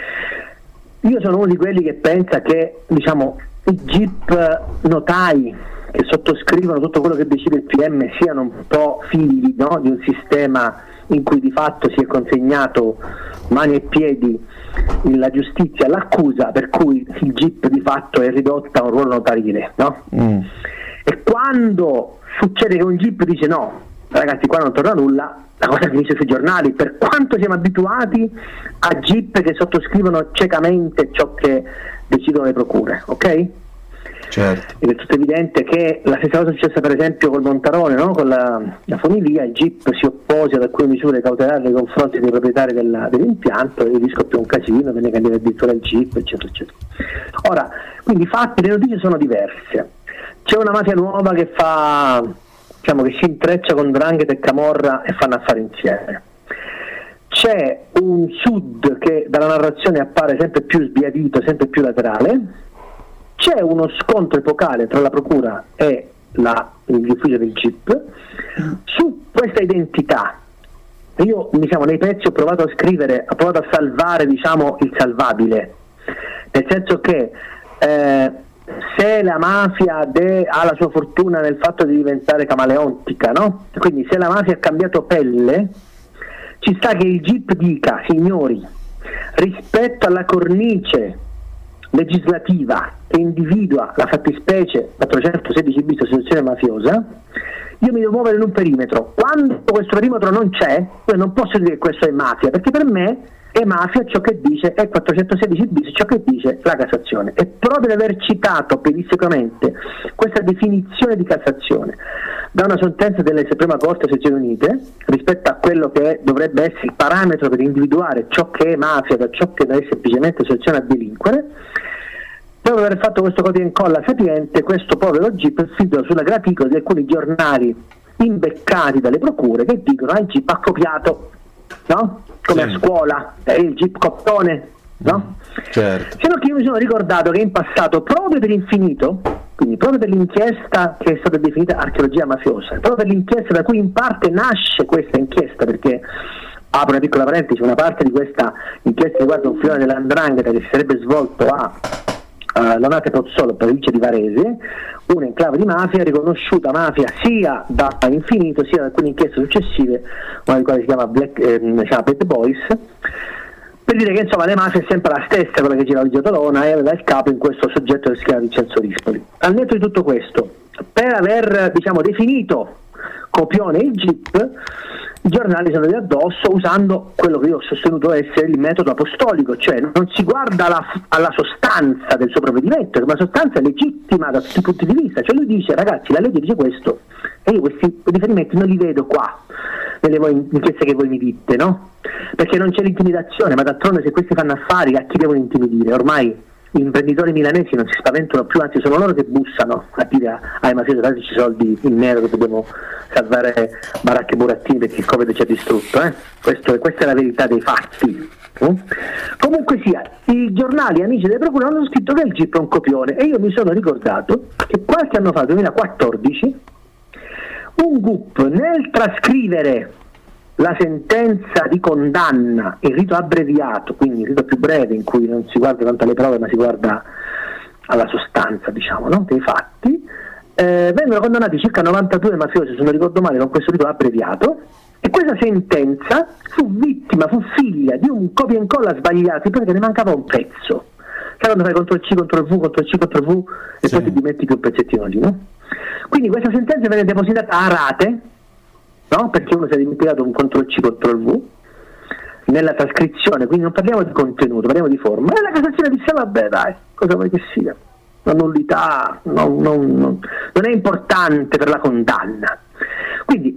Io sono uno di quelli che pensa che, diciamo, i GIP notai che sottoscrivono tutto quello che decide il PM siano un po' figli, no, di un sistema in cui di fatto si è consegnato mani e piedi la giustizia all'accusa, per cui il GIP di fatto è ridotto a un ruolo notarile, no? E quando succede che un GIP dice no, ragazzi, qua non torna nulla, la cosa finisce sui giornali, per quanto siamo abituati a GIP che sottoscrivono ciecamente ciò che decidono le procure, ok? Certo. Ed è tutto evidente che la stessa cosa è successa per esempio col Montarone, no? Con la funivia. Il GIP si oppose ad alcune misure cautelari nei confronti dei proprietari dell'impianto, e lì scoppiò un casino, venne cambiato addirittura il GIP, eccetera eccetera. Ora, quindi i fatti, le notizie sono diverse. C'è una mafia nuova che fa, diciamo, che si intreccia con 'ndrangheta e camorra e fanno affari insieme. C'è un sud che dalla narrazione appare sempre più sbiadito, sempre più laterale. C'è uno scontro epocale tra la procura e l'ufficio del GIP su questa identità. Io, diciamo, nei pezzi ho provato a scrivere, ho provato a salvare, diciamo, il salvabile, nel senso che se la mafia ha la sua fortuna nel fatto di diventare camaleontica, no? Quindi se la mafia ha cambiato pelle, ci sta che il GIP dica: signori, rispetto alla cornice legislativa che individua la fattispecie 416 bis associazione mafiosa, io mi devo muovere in un perimetro. Quando questo perimetro non c'è, io non posso dire che questo è mafia, perché per me è mafia ciò che dice è 416 bis, ciò che dice la Cassazione. E proprio di aver citato pedissequamente questa definizione di Cassazione da una sentenza della Suprema Corte delle Nazioni Unite rispetto a quello che dovrebbe essere il parametro per individuare ciò che è mafia da ciò che è semplicemente associazione a delinquere, dopo aver fatto questo copia e incolla sapiente, questo povero GIP fido sulla graticola di alcuni giornali imbeccati dalle procure che dicono: il GIP ha copiato, no? Come a scuola, il GIP coppone, no? Certo. Se no, che io mi sono ricordato che in passato, proprio per Infinito, quindi proprio per l'inchiesta che è stata definita archeologia mafiosa, proprio per l'inchiesta da cui in parte nasce questa inchiesta, perché, apro una piccola parentesi, una parte di questa inchiesta riguarda un filone dell''ndrangheta che si sarebbe svolto a Lonate Pozzolo, provincia di Varese, una enclave di mafia riconosciuta mafia sia da Infinito sia da alcune inchieste successive, una di quali si chiama Pet Boys, per dire che insomma le mafie è sempre la stessa, quella che gira Olgiatolona, e aveva il capo in questo soggetto che si chiama Vincenzo Rispoli. Al netto di tutto questo, per aver, diciamo, definito copione il GIP, i giornali sono andati addosso usando quello che io ho sostenuto essere il metodo apostolico, cioè non si guarda alla sostanza del suo provvedimento, ma la sostanza è legittima da tutti i punti di vista. Cioè lui dice: ragazzi, la legge dice questo e io questi riferimenti non li vedo qua nelle inchieste che voi mi dite, no? Perché non c'è l'intimidazione, ma d'altronde se questi fanno affari, a chi devono intimidire? Ormai gli imprenditori milanesi non si spaventano più, anzi sono loro che bussano a dire ai mafiosi: dateci soldi in nero che dobbiamo salvare baracche e burattini perché il Covid ci ha distrutto, questa è la verità dei fatti. Comunque sia, i giornali amici delle procure hanno scritto che il GIP è un copione, e io mi sono ricordato che qualche anno fa, 2014, un GUP, nel trascrivere la sentenza di condanna in rito abbreviato, quindi il rito più breve in cui non si guarda tanto alle prove ma si guarda alla sostanza, diciamo, no? Dei fatti, vennero condannati circa 92 mafiosi, se non ricordo male, con questo rito abbreviato, e questa sentenza fu figlia di un copia e incolla sbagliato perché ne mancava un pezzo. Sai quando fai CTRL-C, CTRL-V, CTRL-C, CTRL-V e poi ti dimetti più un pezzettino lì, no? Quindi questa sentenza venne depositata a rate, no? Perché uno si è dimenticato un CTRL-C, CTRL-V nella trascrizione, quindi non parliamo di contenuto, parliamo di forma. E la Cassazione disse: vabbè, dai, cosa vuoi che sia? La nullità non è importante per la condanna. Quindi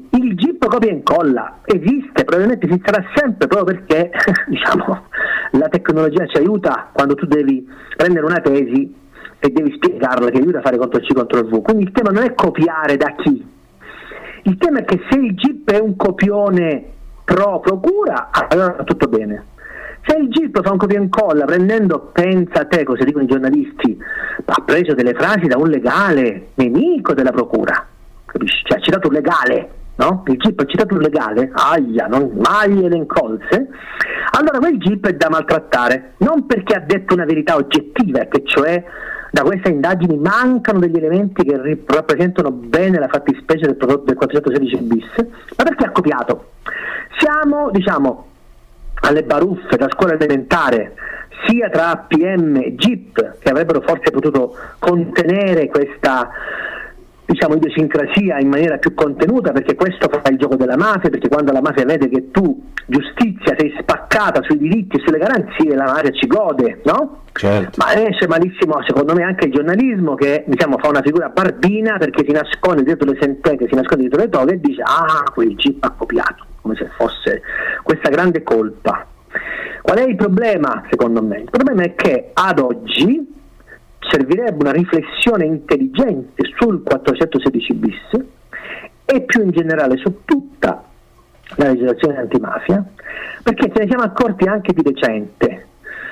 chip copia e incolla esiste, probabilmente esisterà sempre, proprio perché diciamo la tecnologia ci aiuta quando tu devi prendere una tesi e devi spiegarla, che aiuta a fare CTRL-C, CTRL-V. Quindi il tema non è copiare da chi, il tema è che se il GIP è un copione pro procura, allora va tutto bene. Se il GIP fa un copia e incolla prendendo, pensa a te cosa dicono i giornalisti, ha preso delle frasi da un legale nemico della procura, capisci? Cioè ha citato un legale, no? Il GIP ha citato un legale, non mai le incolse, allora quel GIP è da maltrattare, non perché ha detto una verità oggettiva, che cioè da queste indagini mancano degli elementi che rappresentano bene la fattispecie del prodotto del 416 bis, ma perché ha copiato. Siamo, diciamo, alle baruffe da scuola elementare, sia tra PM e GIP, che avrebbero forse potuto contenere questa, diciamo, idiosincrasia in maniera più contenuta, perché questo fa il gioco della mafia, perché quando la mafia vede che tu, giustizia, sei spaccata sui diritti e sulle garanzie, la mafia ci gode, no? Certo. Ma esce malissimo secondo me anche il giornalismo, che diciamo fa una figura barbina perché si nasconde dietro le sentenze, si nasconde dietro le toghe e dice quel GIP ha copiato, come se fosse questa grande colpa. Qual è il problema secondo me? Il problema è che ad oggi servirebbe una riflessione intelligente sul 416 bis e più in generale su tutta la legislazione antimafia, perché ce ne siamo accorti anche di recente.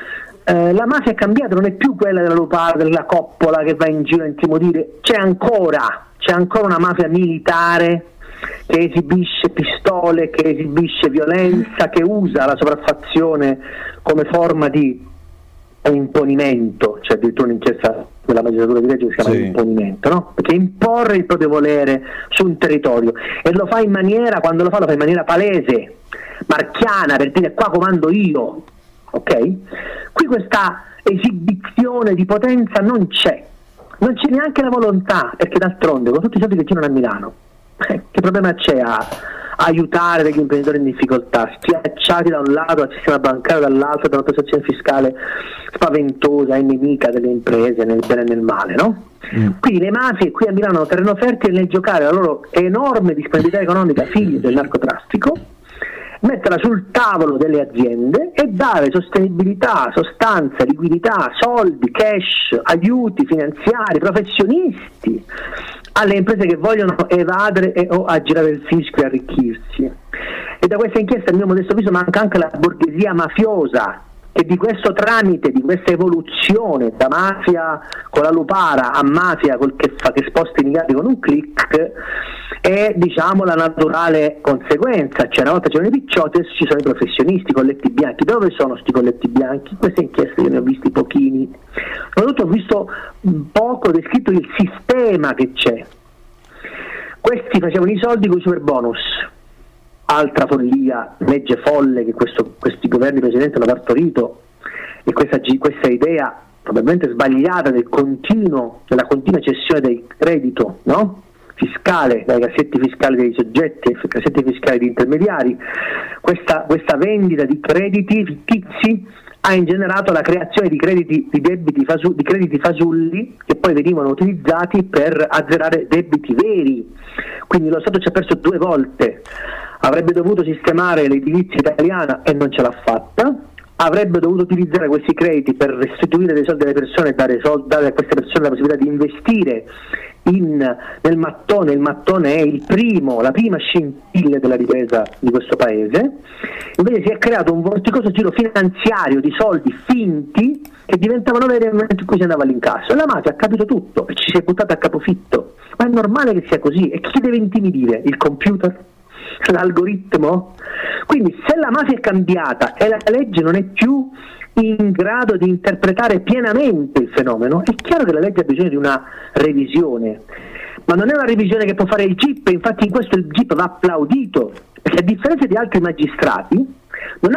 La mafia è cambiata, non è più quella della Lupara, della Coppola che va in giro a intimidire, c'è ancora una mafia militare che esibisce pistole, che esibisce violenza, che usa la sopraffazione come forma di imponimento, cioè addirittura un'inchiesta della magistratura di legge che si chiama imponimento, no? Perché imporre il proprio volere su un territorio, e lo fa in maniera, quando lo fa in maniera palese, marchiana, per dire qua comando io, ok? Qui questa esibizione di potenza non c'è neanche la volontà, perché d'altronde con tutti i soldi che girano a Milano, che problema c'è a aiutare degli imprenditori in difficoltà, schiacciati da un lato al sistema bancario, dall'altro da una tassazione fiscale spaventosa e nemica delle imprese nel bene e nel male, no? Quindi le mafie qui a Milano hanno terreno fertile nel giocare la loro enorme disponibilità economica, figli del narcotraffico, metterla sul tavolo delle aziende e dare sostenibilità, sostanza, liquidità, soldi, cash, aiuti finanziari, professionisti alle imprese che vogliono evadere o aggirare il fischio e arricchirsi. E da questa inchiesta, a mio modesto avviso, manca anche la borghesia mafiosa, che di questo tramite, di questa evoluzione da mafia con la Lupara a mafia che sposta i miliardi con un click, è, diciamo, la naturale conseguenza. Cioè, una volta c'erano i picciotti, adesso ci sono i professionisti, i colletti bianchi. Dove sono sti colletti bianchi? Queste inchieste io ne ho visti pochini, soprattutto ho visto poco descritto il sistema che c'è. Questi facevano i soldi con i super bonus, altra follia, legge folle che questi governi precedenti hanno partorito, e questa idea probabilmente sbagliata della continua cessione del credito, no? Fiscale, dai cassetti fiscali dei soggetti ai cassetti fiscali di intermediari. Questa vendita di crediti fittizi ha ingenerato la creazione di crediti di crediti fasulli che poi venivano utilizzati per azzerare debiti veri. Quindi lo Stato ci ha perso 2 volte. Avrebbe dovuto sistemare l'edilizia italiana e non ce l'ha fatta, avrebbe dovuto utilizzare questi crediti per restituire dei soldi alle persone e dare a queste persone la possibilità di investire nel mattone. Il mattone è la prima scintilla della ripresa di questo paese. Invece si è creato un vorticoso giro finanziario di soldi finti che diventavano veri nel momento in cui si andava all'incasso, e la mafia ha capito tutto e ci si è buttata a capofitto. Ma è normale che sia così, e chi deve intimidire? Il computer? L'algoritmo? Quindi se la mafia è cambiata e la legge non è più in grado di interpretare pienamente il fenomeno, è chiaro che la legge ha bisogno di una revisione, ma non è una revisione che può fare il GIP. Infatti in questo il GIP va applaudito, perché a differenza di altri magistrati non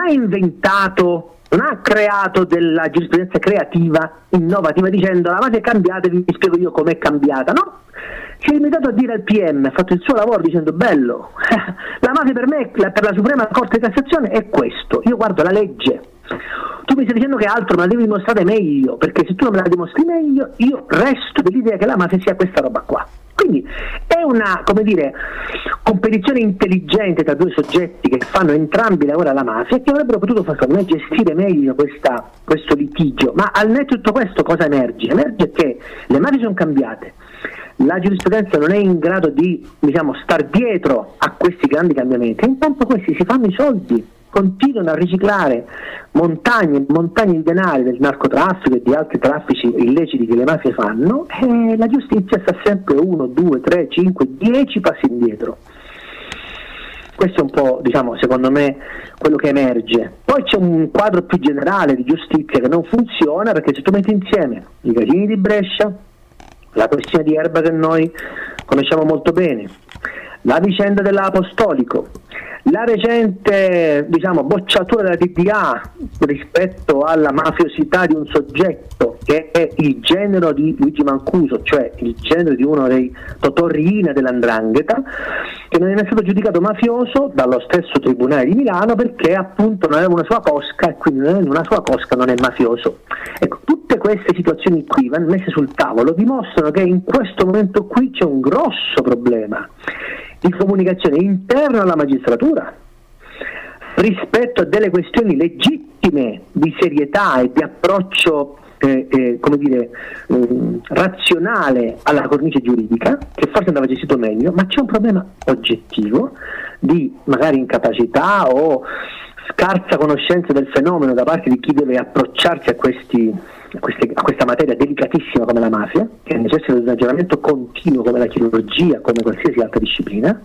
ha creato della giurisprudenza creativa, innovativa, dicendo la mafia è cambiata e vi spiego io com'è cambiata, no? Si è limitato a dire al PM, ha fatto il suo lavoro dicendo bello, la mafia per me, per la Suprema Corte di Cassazione è questo, io guardo la legge, tu mi stai dicendo che altro me la devi dimostrare meglio, perché se tu non me la dimostri meglio io resto dell'idea che la mafia sia questa roba qua. Quindi è una, come dire, competizione intelligente tra due soggetti che fanno entrambi lavoro alla mafia, che avrebbero potuto secondo me gestire meglio questo litigio. Ma al netto di tutto questo cosa emerge? Emerge che le mafie sono cambiate, la giurisprudenza non è in grado di, diciamo, star dietro a questi grandi cambiamenti, intanto questi si fanno i soldi, continuano a riciclare montagne e montagne di denari del narcotraffico e di altri traffici illeciti che le mafie fanno, e la giustizia sta sempre 1, 2, 3, 5, 10 passi indietro. Questo è un po', diciamo, secondo me quello che emerge. Poi c'è un quadro più generale di giustizia che non funziona, perché se tu metti insieme i casini di Brescia, la questione di Erba che noi conosciamo molto bene, la vicenda dell'Apostolico, la recente, diciamo, bocciatura della DDA rispetto alla mafiosità di un soggetto che è il genero di Luigi Mancuso, cioè il genero di uno dei Totò Riina dell''ndrangheta, che non è stato giudicato mafioso dallo stesso tribunale di Milano perché appunto non aveva una sua cosca, e quindi non avendo una sua cosca non è mafioso. Ecco, tutte queste situazioni qui vanno messe sul tavolo, dimostrano che in questo momento qui c'è un grosso problema di comunicazione interna alla magistratura rispetto a delle questioni legittime di serietà e di approccio come dire, razionale alla cornice giuridica, che forse andava gestito meglio, ma c'è un problema oggettivo di magari incapacità o scarsa conoscenza del fenomeno da parte di chi deve approcciarsi a questa materia delicatissima come la mafia, che necessita di un ragionamento continuo come la chirurgia, come qualsiasi altra disciplina.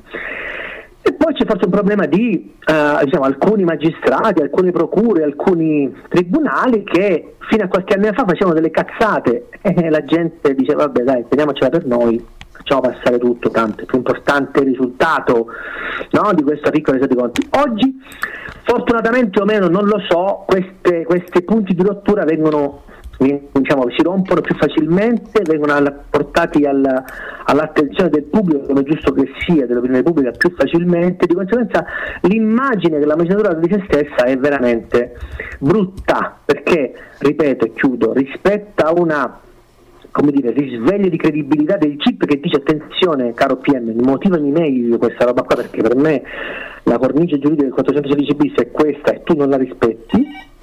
E poi c'è forse un problema di diciamo, alcuni magistrati, alcune procure, alcuni tribunali che fino a qualche anno fa facevano delle cazzate e la gente dice vabbè dai, teniamocela per noi, facciamo passare tutto, tanto è più importante il risultato, no, di questa piccola resa dei conti. Oggi fortunatamente o meno, non lo so, questi punti di rottura vengono, diciamo, si rompono più facilmente, vengono portati all'attenzione del pubblico, come è giusto che sia, dell'opinione pubblica più facilmente, di conseguenza l'immagine che la magistratura di se stessa è veramente brutta, perché, ripeto e chiudo, rispetto a una, come dire, risveglio di credibilità del CIP che dice attenzione caro PM, motivami meglio questa roba qua perché per me la cornice giuridica del 416 bis è questa e tu non la rispetti.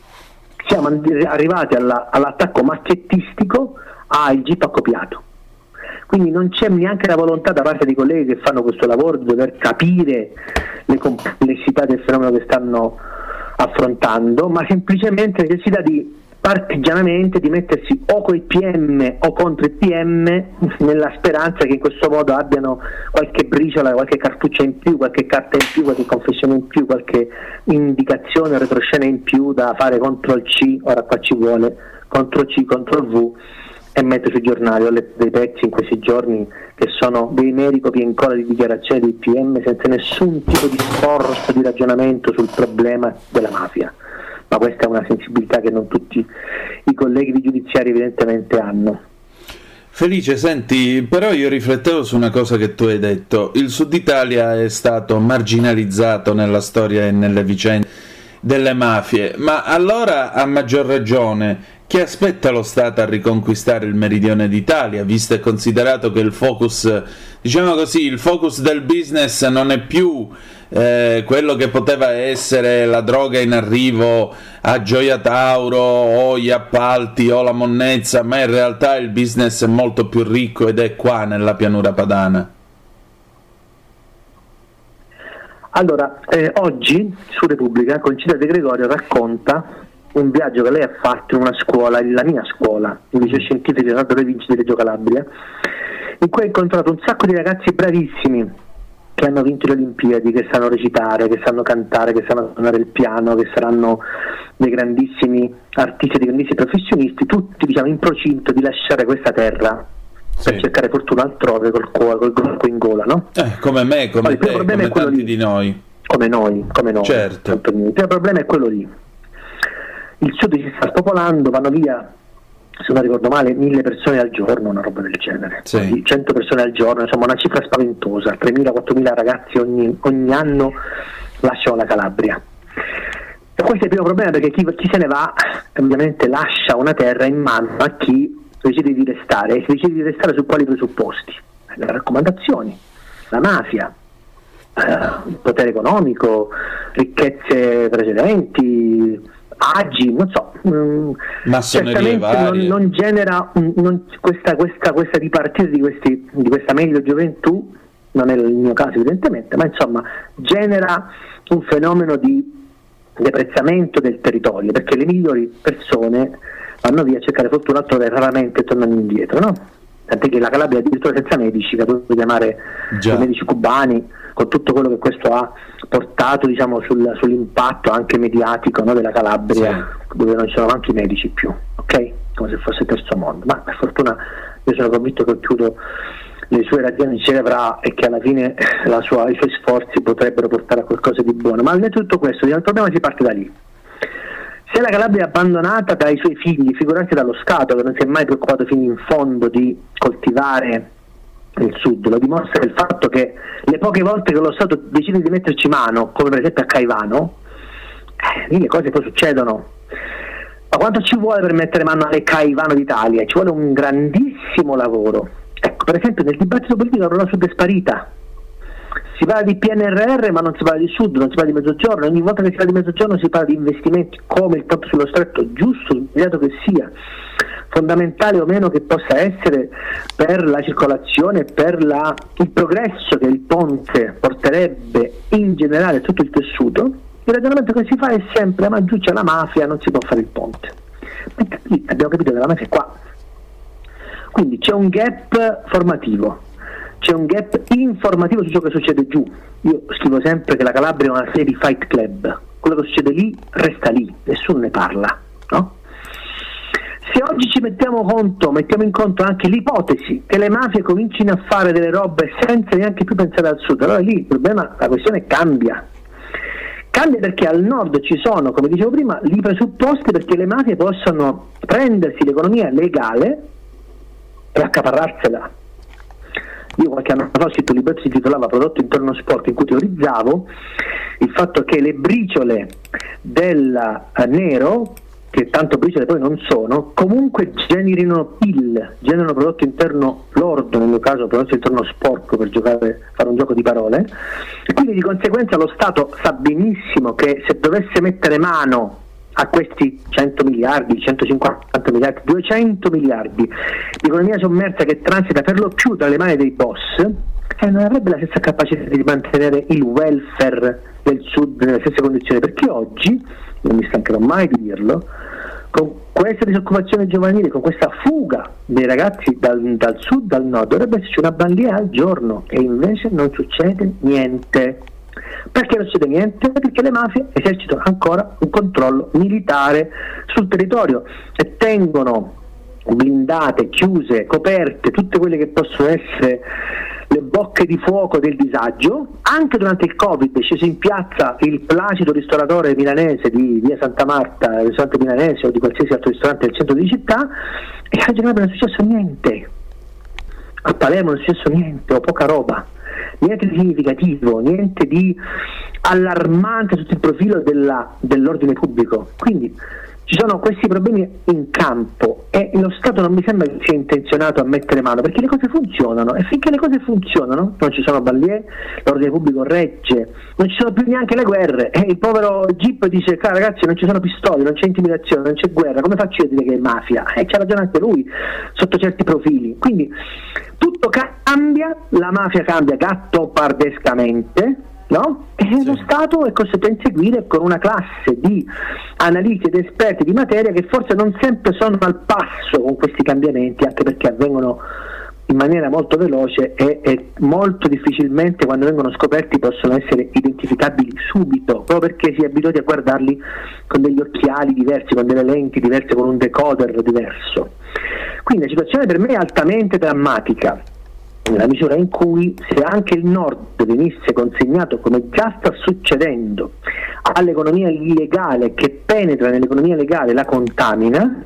Siamo arrivati all'attacco macchiettistico, il GIP ha copiato. Quindi non c'è neanche la volontà da parte dei colleghi che fanno questo lavoro di dover capire le complessità del fenomeno che stanno affrontando, ma semplicemente la necessità di partigianamente di mettersi o coi PM o contro i PM, nella speranza che in questo modo abbiano qualche briciola, qualche cartuccia in più, qualche carta in più, qualche confessione in più, qualche indicazione, retroscena in più da fare CTRL C, ora qua ci vuole CTRL C, CTRL V, e mettere sui giornali. Ho letto dei pezzi in questi giorni che sono dei meri copia e incolla di dichiarazioni dei PM senza nessun tipo di sforzo di ragionamento sul problema della mafia. Ma questa è una sensibilità che non tutti i colleghi di giudiziari evidentemente hanno. Felice, senti, però io riflettevo su una cosa che tu hai detto. Il Sud Italia è stato marginalizzato nella storia e nelle vicende delle mafie, ma allora a maggior ragione chi aspetta lo Stato a riconquistare il meridione d'Italia, visto e considerato che il focus, diciamo così, il focus del business non è più quello che poteva essere la droga in arrivo a Gioia Tauro o gli appalti o la monnezza, ma in realtà il business è molto più ricco ed è qua nella pianura padana. Allora, oggi su Repubblica Concita De Gregorio racconta un viaggio che lei ha fatto in una scuola, la mia scuola, il liceo scientifico Leonardo Da Vinci di Reggio Calabria, in cui ha incontrato un sacco di ragazzi bravissimi che hanno vinto le Olimpiadi, che sanno recitare, che sanno cantare, che sanno suonare il piano, che saranno dei grandissimi artisti, dei grandissimi professionisti, tutti diciamo in procinto di lasciare questa terra per cercare fortuna altrove col corpo in gola, no? Come me, come il te, come tanti lì. di noi. Come noi. Certo. Il primo problema è quello lì. Il sud si sta spopolando, vanno via, se non ricordo male, 1000 persone al giorno, una roba del genere, 100 persone al giorno, insomma una cifra spaventosa, 3.000-4.000 ragazzi ogni anno lasciano la Calabria. E questo è il primo problema, perché chi se ne va ovviamente lascia una terra in mano a chi decide di restare, e si decide di restare su quali presupposti? le raccomandazioni, la mafia, il potere economico, ricchezze precedenti, agi, non so, certamente non genera questa dipartita di questa meglio gioventù, non è il mio caso evidentemente, ma insomma genera un fenomeno di deprezzamento del territorio, perché le migliori persone vanno via a cercare fortuna altrove e raramente tornano indietro, no? Tant'è che la Calabria addirittura senza medici, che potete chiamare i medici cubani, con tutto quello che questo ha portato, diciamo, sull'impatto anche mediatico, no, della Calabria, dove non ci sono anche i medici più, ok? Come se fosse il terzo mondo. Ma per fortuna io sono convinto che chiudo le sue ragioni ce le avrà e che alla fine i suoi sforzi potrebbero portare a qualcosa di buono. Ma al netto di tutto questo, il problema si parte da lì. Se la Calabria è abbandonata dai suoi figli, figurarsi dallo Stato, che non si è mai preoccupato fino in fondo di coltivare il Sud, lo dimostra il fatto che le poche volte che lo Stato decide di metterci mano, come per esempio a Caivano, lì le cose poi succedono. Ma quanto ci vuole per mettere mano alle Caivano d'Italia? Ci vuole un grandissimo lavoro. Ecco, per esempio nel dibattito politico la parola Sud è sparita. Si parla di PNRR ma non si parla di Sud, non si parla di Mezzogiorno. Ogni volta che si parla di Mezzogiorno si parla di investimenti come il ponte sullo Stretto, giusto, sbagliato che sia, fondamentale o meno che possa essere per la circolazione, per il progresso che il ponte porterebbe in generale a tutto il tessuto. Il ragionamento che si fa è sempre: ma giù c'è la mafia, non si può fare il ponte. Mentre qui abbiamo capito che la mafia è qua. Quindi c'è un gap formativo, c'è un gap informativo su ciò che succede giù. Io scrivo sempre che la Calabria è una serie di fight club, quello che succede lì resta lì, nessuno ne parla, no? Se oggi ci mettiamo in conto anche l'ipotesi che le mafie comincino a fare delle robe senza neanche più pensare al Sud, allora lì il problema, la questione cambia perché al nord ci sono, come dicevo prima, i presupposti perché le mafie possano prendersi l'economia legale e accaparrarsela. Io qualche anno fa ho scritto un libro che si titolava Prodotto Interno Sport, in cui teorizzavo il fatto che le briciole del nero, che tanto briciole poi non sono, comunque generino PIL, generano prodotto interno lordo, nel mio caso prodotto interno sporco, per fare un gioco di parole, e quindi di conseguenza lo Stato sa benissimo che se dovesse mettere mano a questi 100 miliardi, 150 miliardi, 200 miliardi di economia sommersa che transita per lo più dalle mani dei boss, non avrebbe la stessa capacità di mantenere il welfare del Sud nelle stesse condizioni, perché oggi, non mi stancherò mai di dirlo, con questa disoccupazione giovanile, con questa fuga dei ragazzi dal Sud al Nord, dovrebbe esserci una bandiera al giorno e invece non succede niente. Perché non succede niente? Perché le mafie esercitano ancora un controllo militare sul territorio e tengono blindate, chiuse, coperte tutte quelle che possono essere le bocche di fuoco del disagio. Anche durante il Covid è sceso in piazza il placido ristoratore milanese di via Santa Marta, il ristorante milanese o di qualsiasi altro ristorante del centro di città, e a Genova non è successo niente, a Palermo non è successo niente o poca roba. Niente di significativo, niente di allarmante sotto il profilo dell'ordine pubblico. Quindi ci sono questi problemi in campo e lo Stato non mi sembra che sia intenzionato a mettere mano, perché le cose funzionano e finché le cose funzionano non ci sono bandiere, l'ordine pubblico regge, non ci sono più neanche le guerre e il povero Gip dice: ragazzi, non ci sono pistole, non c'è intimidazione, non c'è guerra, come faccio io a dire che è mafia? E c'ha ragione anche lui sotto certi profili. Quindi tutto cambia, la mafia cambia gattopardescamente, no? E sì. Lo Stato è costretto a inseguire con una classe di analisti ed esperti di materia che forse non sempre sono al passo con questi cambiamenti, anche perché avvengono in maniera molto veloce e molto difficilmente, quando vengono scoperti, possono essere identificabili subito, proprio perché si è abituati a guardarli con degli occhiali diversi, con delle lenti diverse, con un decoder diverso. Quindi la situazione per me è altamente drammatica, nella misura in cui, se anche il Nord venisse consegnato, come già sta succedendo, all'economia illegale che penetra nell'economia legale, la contamina,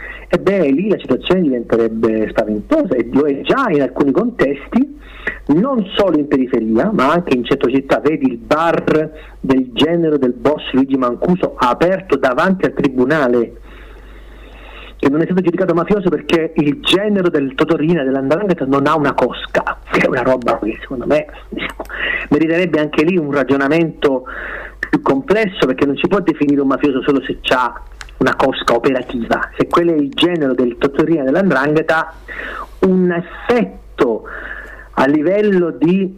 lì la situazione diventerebbe spaventosa, e lo è già in alcuni contesti, non solo in periferia ma anche in centro città. Vedi il bar del genero del boss Luigi Mancuso aperto davanti al tribunale, che non è stato giudicato mafioso perché il genero del Totorina, dell''ndrangheta, non ha una cosca, che è una roba che secondo me meriterebbe anche lì un ragionamento più complesso, perché non si può definire un mafioso solo se c'ha una cosca operativa. Se quello è il genero del Totorina, dell''ndrangheta, un effetto a livello di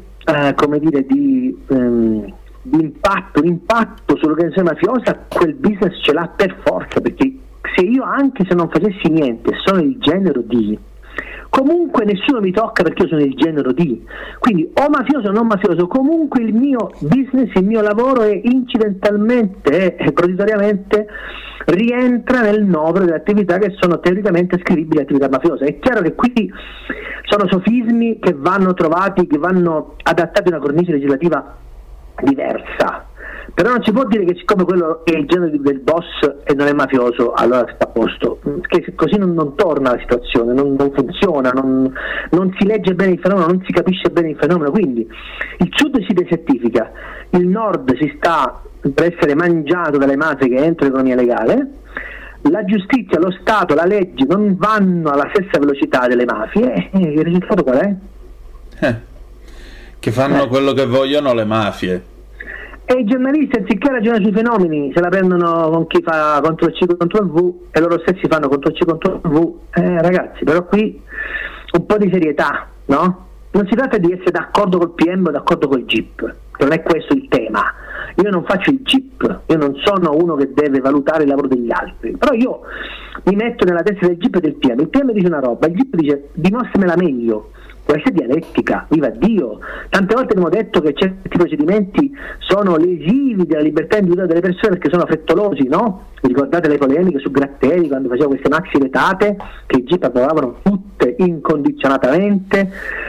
impatto sull'organizzazione mafiosa, quel business ce l'ha per forza, perché se io, anche se non facessi niente, sono il genero di, comunque nessuno mi tocca perché io sono il genero di, quindi o mafioso o non mafioso, comunque il mio business, il mio lavoro è incidentalmente e proditoriamente rientra nel novero delle attività che sono teoricamente ascrivibili a attività mafiose. È chiaro che qui sono sofismi che vanno trovati, che vanno adattati a una cornice legislativa diversa, però non si può dire che siccome quello è il genere del boss e non è mafioso allora sta a posto, che così non torna la situazione, non funziona, non si legge bene il fenomeno, non si capisce bene il fenomeno. Quindi il sud si desertifica, il nord si sta per essere mangiato dalle mafie che entrano in economia legale, la giustizia, lo Stato, la legge non vanno alla stessa velocità delle mafie, e il risultato qual è? Che fanno quello che vogliono le mafie. E i giornalisti, anziché ragionare sui fenomeni, se la prendono con chi fa CTRL-C CTRL-V, e loro stessi fanno CTRL-C CTRL-V. Ragazzi, però qui un po' di serietà, no? Non si tratta di essere d'accordo col PM o d'accordo col GIP, che non è questo il tema. Io non faccio il GIP, io non sono uno che deve valutare il lavoro degli altri, però io mi metto nella testa del GIP e del PM. Il PM dice una roba, il GIP dice dimostramela meglio. Questa è dialettica, viva Dio. Tante volte abbiamo detto che certi procedimenti sono lesivi della libertà individuale delle persone perché sono frettolosi, no? Vi ricordate le polemiche su Gratteri quando faceva queste maxi vetate che i GIP approvavano tutte incondizionatamente,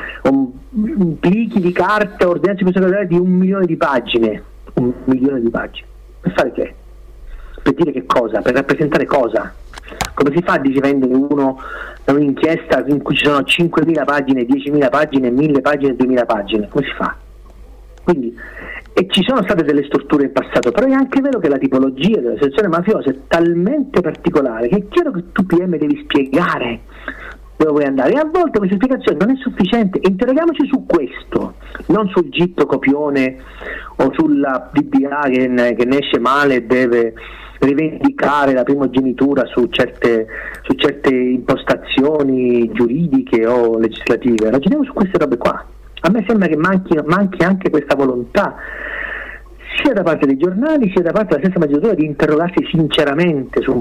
plichi di carte, ordinanze di 1 milione di pagine. 1 milione di pagine. Per fare che? Per dire che cosa? Per rappresentare cosa? Come si fa a difendere uno da un'inchiesta in cui ci sono 5.000 pagine, 10.000 pagine, 1.000 pagine, 2.000 pagine? Come si fa? Quindi, e ci sono state delle storture in passato, però è anche vero che la tipologia della situazione mafiosa è talmente particolare che è chiaro che tu PM devi spiegare dove vuoi andare, e a volte questa spiegazione non è sufficiente. Interroghiamoci su questo, non sul GIP copione o sulla DBA che ne esce male e deve rivendicare la primogenitura su certe impostazioni giuridiche o legislative. Ragioniamo su queste robe qua. A me sembra che manchi anche questa volontà sia da parte dei giornali sia da parte della stessa magistratura di interrogarsi sinceramente su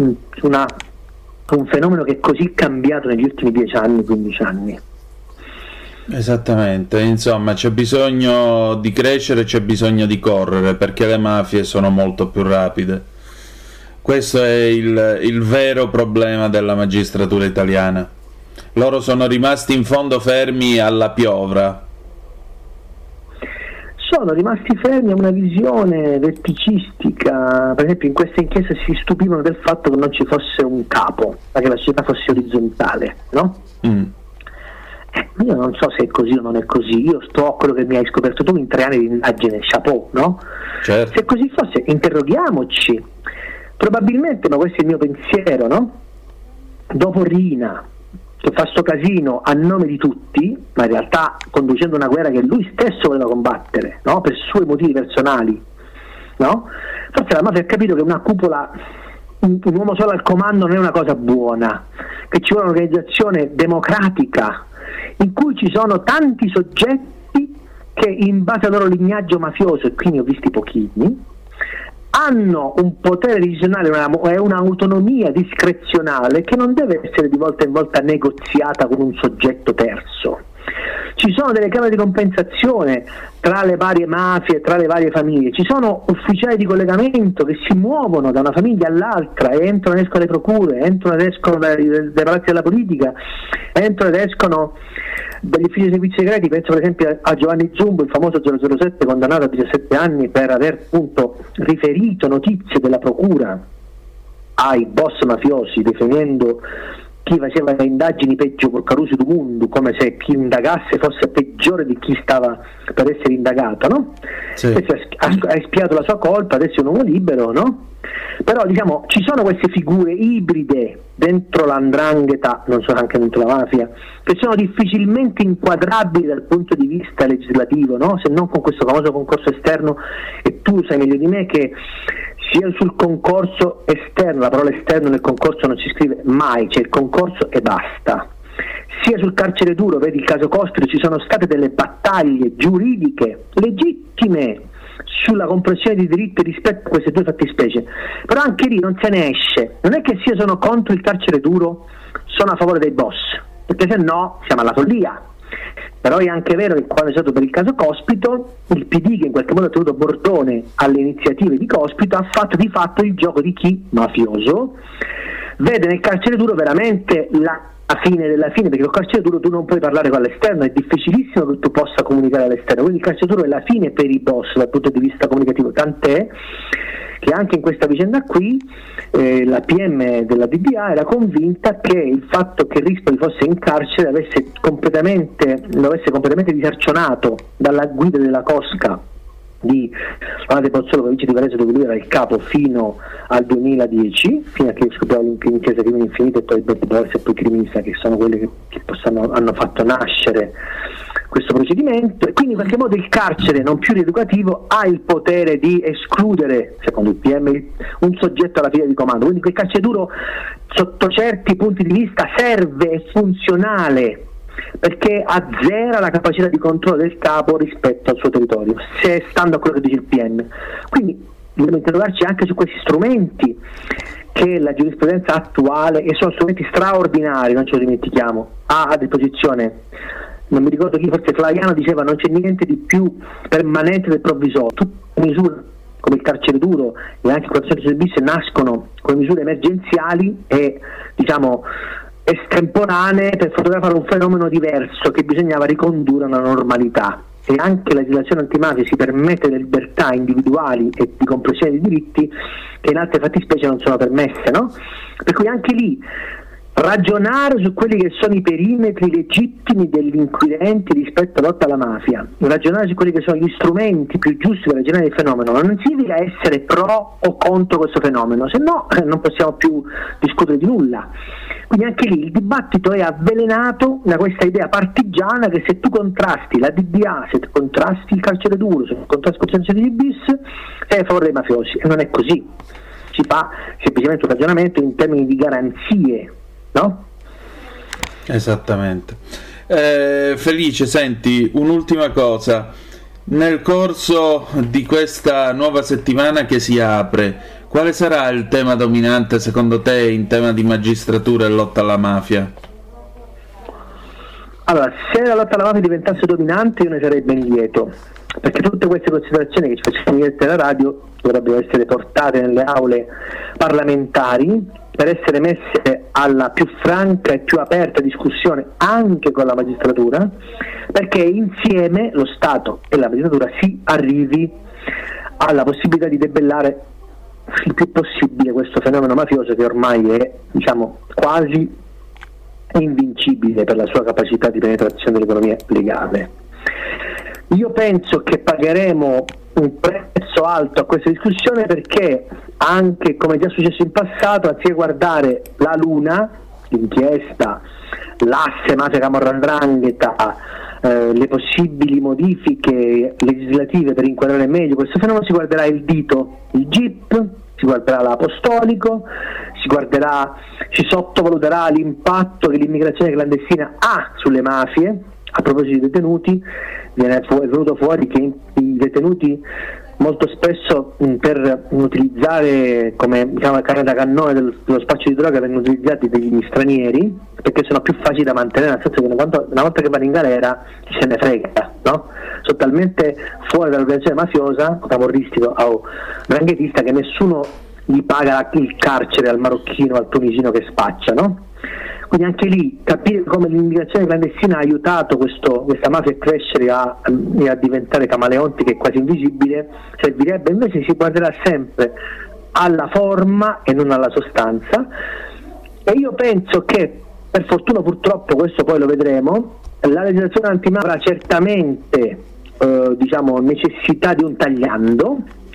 un fenomeno che è così cambiato negli ultimi 10 anni, 15 anni. Esattamente, insomma c'è bisogno di crescere, c'è bisogno di correre, perché le mafie sono molto più rapide. Questo è il vero problema della magistratura italiana. Loro sono rimasti in fondo fermi alla piovra. Sono rimasti fermi a una visione verticistica. Per esempio in questa inchiesta si stupivano del fatto che non ci fosse un capo, ma che la società fosse orizzontale, no? Io non so se è così o non è così, io sto a quello che mi hai scoperto tu in 3 anni di indagine, chapeau, no? Certo. Se così fosse, interroghiamoci. Probabilmente, ma questo è il mio pensiero, no? Dopo Riina, che fa sto casino a nome di tutti, ma in realtà conducendo una guerra che lui stesso voleva combattere, no? Per suoi motivi personali, no? Forse la mafia ha capito che una cupola, un uomo solo al comando non è una cosa buona, che ci vuole un'organizzazione democratica in cui ci sono tanti soggetti che in base al loro lignaggio mafioso, e qui ne ho visti pochini, hanno un potere decisionale e un'autonomia discrezionale che non deve essere di volta in volta negoziata con un soggetto terzo. Ci sono delle camere di compensazione tra le varie mafie, tra le varie famiglie, ci sono ufficiali di collegamento che si muovono da una famiglia all'altra e entrano e escono le procure, entrano ed escono dai palazzi della politica, entrano ed escono dagli uffici dei servizi segreti. Penso per esempio a Giovanni Zumbo, il famoso 007 condannato a 17 anni per aver appunto riferito notizie della procura ai boss mafiosi, definendo chi faceva le indagini peggio Porcarusi du Mundo, come se chi indagasse fosse peggiore di chi stava per essere indagato, no? Sì. Ha espiato la sua colpa, adesso è un uomo libero, no? Però diciamo ci sono queste figure ibride dentro l''ndrangheta, non so anche dentro la mafia, che sono difficilmente inquadrabili dal punto di vista legislativo, no? Se non con questo famoso concorso esterno, e tu sai meglio di me che sia sul concorso esterno, la parola esterno nel concorso non si scrive mai, c'è il concorso e basta, sia sul carcere duro, vedi il caso Cospito, ci sono state delle battaglie giuridiche legittime sulla comprensione di diritti rispetto a queste due fattispecie, però anche lì non se ne esce. Non è che se io sono contro il carcere duro sono a favore dei boss, perché se no siamo alla follia. Però è anche vero che quando è stato per il caso Cospito, il PD, che in qualche modo ha tenuto bordone alle iniziative di Cospito, ha fatto di fatto il gioco di chi? Mafioso. Vede nel carcere duro veramente la fine della fine, perché col carcere duro tu non puoi parlare con l'esterno, è difficilissimo che tu possa comunicare all'esterno, quindi il carcere duro è la fine per i boss dal punto di vista comunicativo, tant'è che anche in questa vicenda qui la PM della DDA era convinta che il fatto che Rispoli fosse in carcere lo avesse completamente disarcionato dalla guida della cosca di Donate Pozzolo, provincia di Varese, dove lui era il capo fino al 2010, fino a che scopriamo l'inchiesta Crimini Infinito e poi Bad Boys e poi Criminista, che sono quelli che hanno fatto nascere questo procedimento. E quindi in qualche modo il carcere non più rieducativo ha il potere di escludere, secondo il PM, un soggetto alla fila di comando, quindi quel carcere duro sotto certi punti di vista serve, è funzionale, perché azzera la capacità di controllo del capo rispetto al suo territorio, se stando a quello che dice il PM. Quindi dobbiamo interrogarci anche su questi strumenti che la giurisprudenza attuale, e sono strumenti straordinari, non ce lo dimentichiamo, ha a disposizione. Non mi ricordo chi, forse Flaviano diceva non c'è niente di più permanente del provvisorio. Tutte le misure come il carcere duro e anche il 406 bis nascono come misure emergenziali e diciamo estemporanee per fotografare un fenomeno diverso che bisognava ricondurre a una normalità. E anche la legislazione antimafia si permette le libertà individuali e di compressione dei diritti che in altre fattispecie non sono permesse, no? Per cui anche lì ragionare su quelli che sono i perimetri legittimi degli inquirenti rispetto alla lotta alla mafia, ragionare su quelli che sono gli strumenti più giusti per ragionare il fenomeno, non significa essere pro o contro questo fenomeno, se no non possiamo più discutere di nulla. Quindi anche lì il dibattito è avvelenato da questa idea partigiana che se tu contrasti la DDA, se tu contrasti il carcere duro, se tu contrasti il 416 bis, sei a favore dei mafiosi, e non è così. Si fa semplicemente un ragionamento in termini di garanzie, no? Esattamente. Felice, senti, un'ultima cosa. Nel corso di questa nuova settimana che si apre, quale sarà il tema dominante secondo te in tema di magistratura e lotta alla mafia? Allora, se la lotta alla mafia diventasse dominante io ne sarei ben lieto, perché tutte queste considerazioni che ci facciamo ieri alla radio dovrebbero essere portate nelle aule parlamentari per essere messe alla più franca e più aperta discussione anche con la magistratura, perché insieme lo Stato e la magistratura si arrivi alla possibilità di debellare il più possibile questo fenomeno mafioso che ormai è, diciamo, quasi invincibile per la sua capacità di penetrazione dell'economia legale. Io penso che pagheremo un prezzo alto a questa discussione, perché anche come già successo in passato, anziché guardare la luna, l'inchiesta, l'asse mafia camorra 'ndrangheta, le possibili modifiche legislative per inquadrare meglio questo fenomeno, si guarderà il dito, il GIP, si guarderà l'apostolico, si sottovaluterà l'impatto che l'immigrazione clandestina ha sulle mafie. A proposito dei detenuti, è venuto fuori che i detenuti molto spesso per utilizzare come, diciamo, carne da cannone dello spaccio di droga vengono utilizzati degli stranieri, perché sono più facili da mantenere, nel senso che una volta che vanno in galera chi se ne frega, no? Sono talmente fuori dall'organizzazione mafiosa, camorristica o dranghetista, che nessuno gli paga il carcere al marocchino, al tunisino che spaccia, no? Quindi anche lì capire come l'immigrazione clandestina ha aiutato questa mafia a crescere e a diventare camaleontica e quasi invisibile servirebbe. Invece si guarderà sempre alla forma e non alla sostanza, e io penso che, per fortuna purtroppo, questo poi lo vedremo, la legislazione antimafia avrà certamente necessità di un tagliando,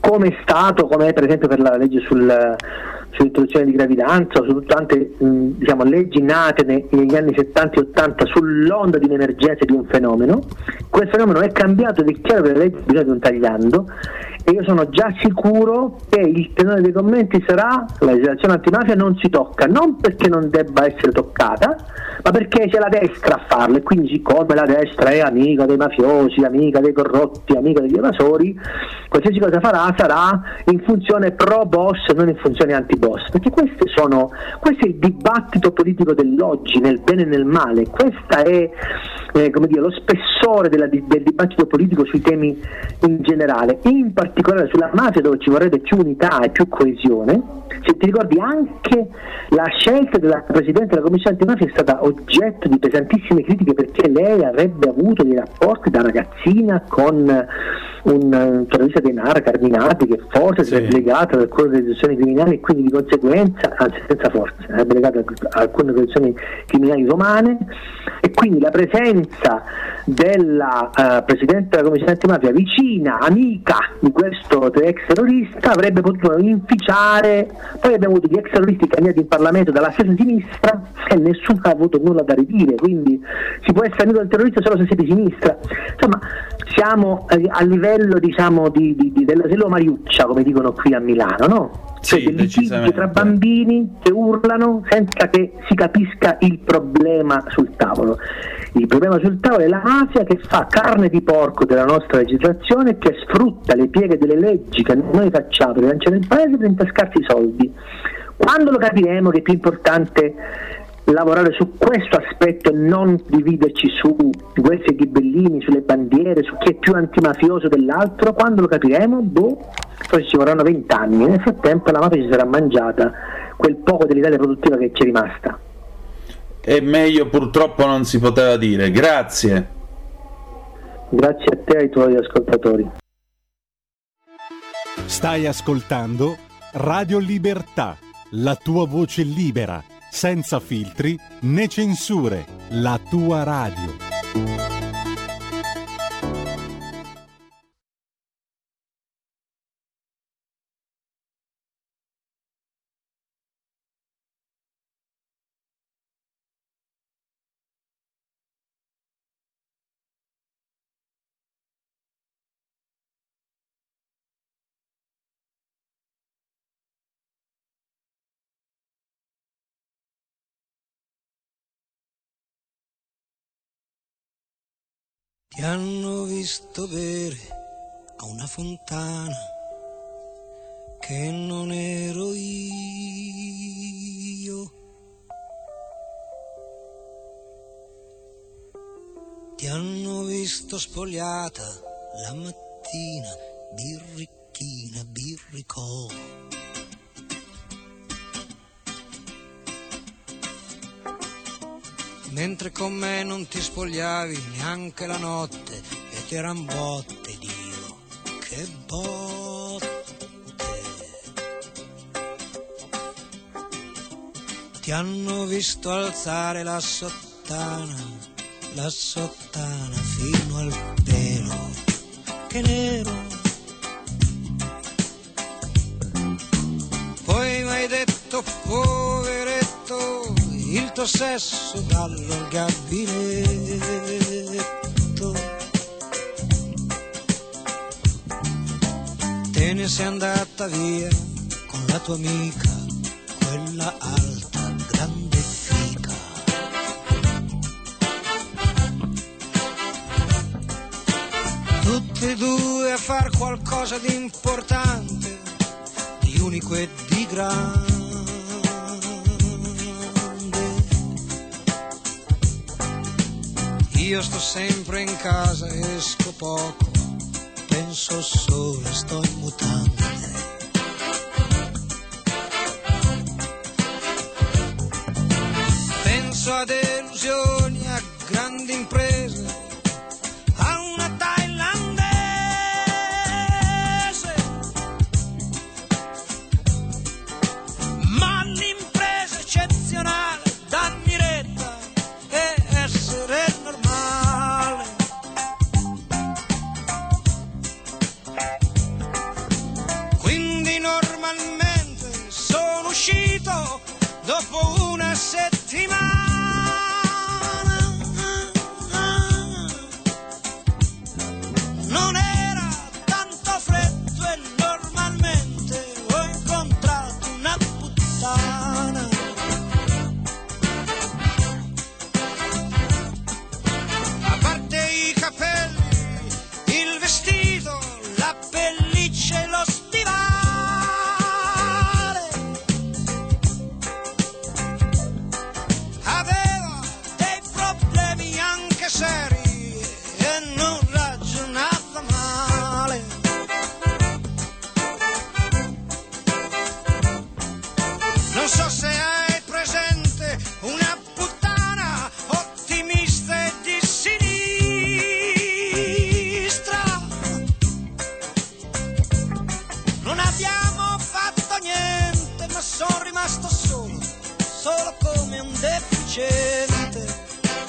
come è stato, come per esempio per la legge sull'interruzione di gravidanza o su tante diciamo, leggi nate negli anni 70 e 80 sull'onda di un'emergenza, di un fenomeno. Quel fenomeno è cambiato ed è chiaro che le leggi bisogna di un tagliando, e io sono già sicuro che il tenore dei commenti sarà: la legislazione antimafia non si tocca, non perché non debba essere toccata, ma perché c'è la destra a farlo, e quindi siccome la destra è amica dei mafiosi, amica dei corrotti, amica degli evasori, qualsiasi cosa farà sarà in funzione pro boss, non in funzione anti boss, perché questo è il dibattito politico dell'oggi, nel bene e nel male. Questa è come dire, lo spessore del dibattito politico sui temi in generale, in particolare sulla mafia, dove ci vorrebbe più unità e più coesione. Se ti ricordi, anche la scelta della Presidente della Commissione Antimafia è stata oggetto di pesantissime critiche, perché lei avrebbe avuto dei rapporti da ragazzina con un terrorista dei NAR, Carminati, che forse sarebbe legato ad alcune organizzazioni criminali, e quindi di conseguenza, anzi senza forza, sarebbe legato a alcune organizzazioni criminali romane, e quindi la presenza della Presidente della Commissione Antimafia vicina, amica di questo ex terrorista, avrebbe potuto inficiare. Poi abbiamo avuto gli ex terroristi candidati in Parlamento dalla stessa sinistra e nessuno ha avuto nulla da ridire, quindi si può essere amico del terrorista solo se sei di sinistra. Insomma, siamo a livello, diciamo, dell'asilo Mariuccia, come dicono qui a Milano, no? Cioè dei litigi tra bambini che urlano senza che si capisca il problema sul tavolo. Il problema sul tavolo è la mafia che fa carne di porco della nostra legislazione, che sfrutta le pieghe delle leggi che noi facciamo per lanciare il paese per intascarsi i soldi. Quando lo capiremo che è più importante lavorare su questo aspetto e non dividerci su Guelfi e Ghibellini, sulle bandiere, su chi è più antimafioso dell'altro, quando lo capiremo? Forse ci vorranno 20 anni. Nel frattempo la mafia si sarà mangiata quel poco dell'Italia produttiva che ci è rimasta. E meglio purtroppo non si poteva dire. Grazie. Grazie a te e ai tuoi ascoltatori. Stai ascoltando Radio Libertà, la tua voce libera, senza filtri né censure, la tua radio. Ti hanno visto bere a una fontana che non ero io. Ti hanno visto spogliata la mattina, birricchina, birricò. Mentre con me non ti spogliavi neanche la notte, e t'eran botte, Dio, che botte. Ti hanno visto alzare la sottana fino al pelo, che nero. Poi m'hai detto, poveretto, il tuo sesso dallo al gabinetto. Te ne sei andata via con la tua amica, quella alta, grande fica. Tutti e due a far qualcosa di importante, di unico e di grande. Io sto sempre in casa, esco poco, penso solo, sto in mutande. Penso a delusioni, a grandi imprese, a una thailandese. Ma l'impresa eccezionale, darmi retta e essere normale. settimana. Non era tanto freddo e normalmente ho incontrato una puttana. A parte i capelli, il vestito, la pelliccia e lo stivale, aveva dei problemi anche seri e non ragionava male. Non so se hai presente una puttana ottimista e di sinistra. Non abbiamo fatto niente, ma sono rimasto solo come un deficiente.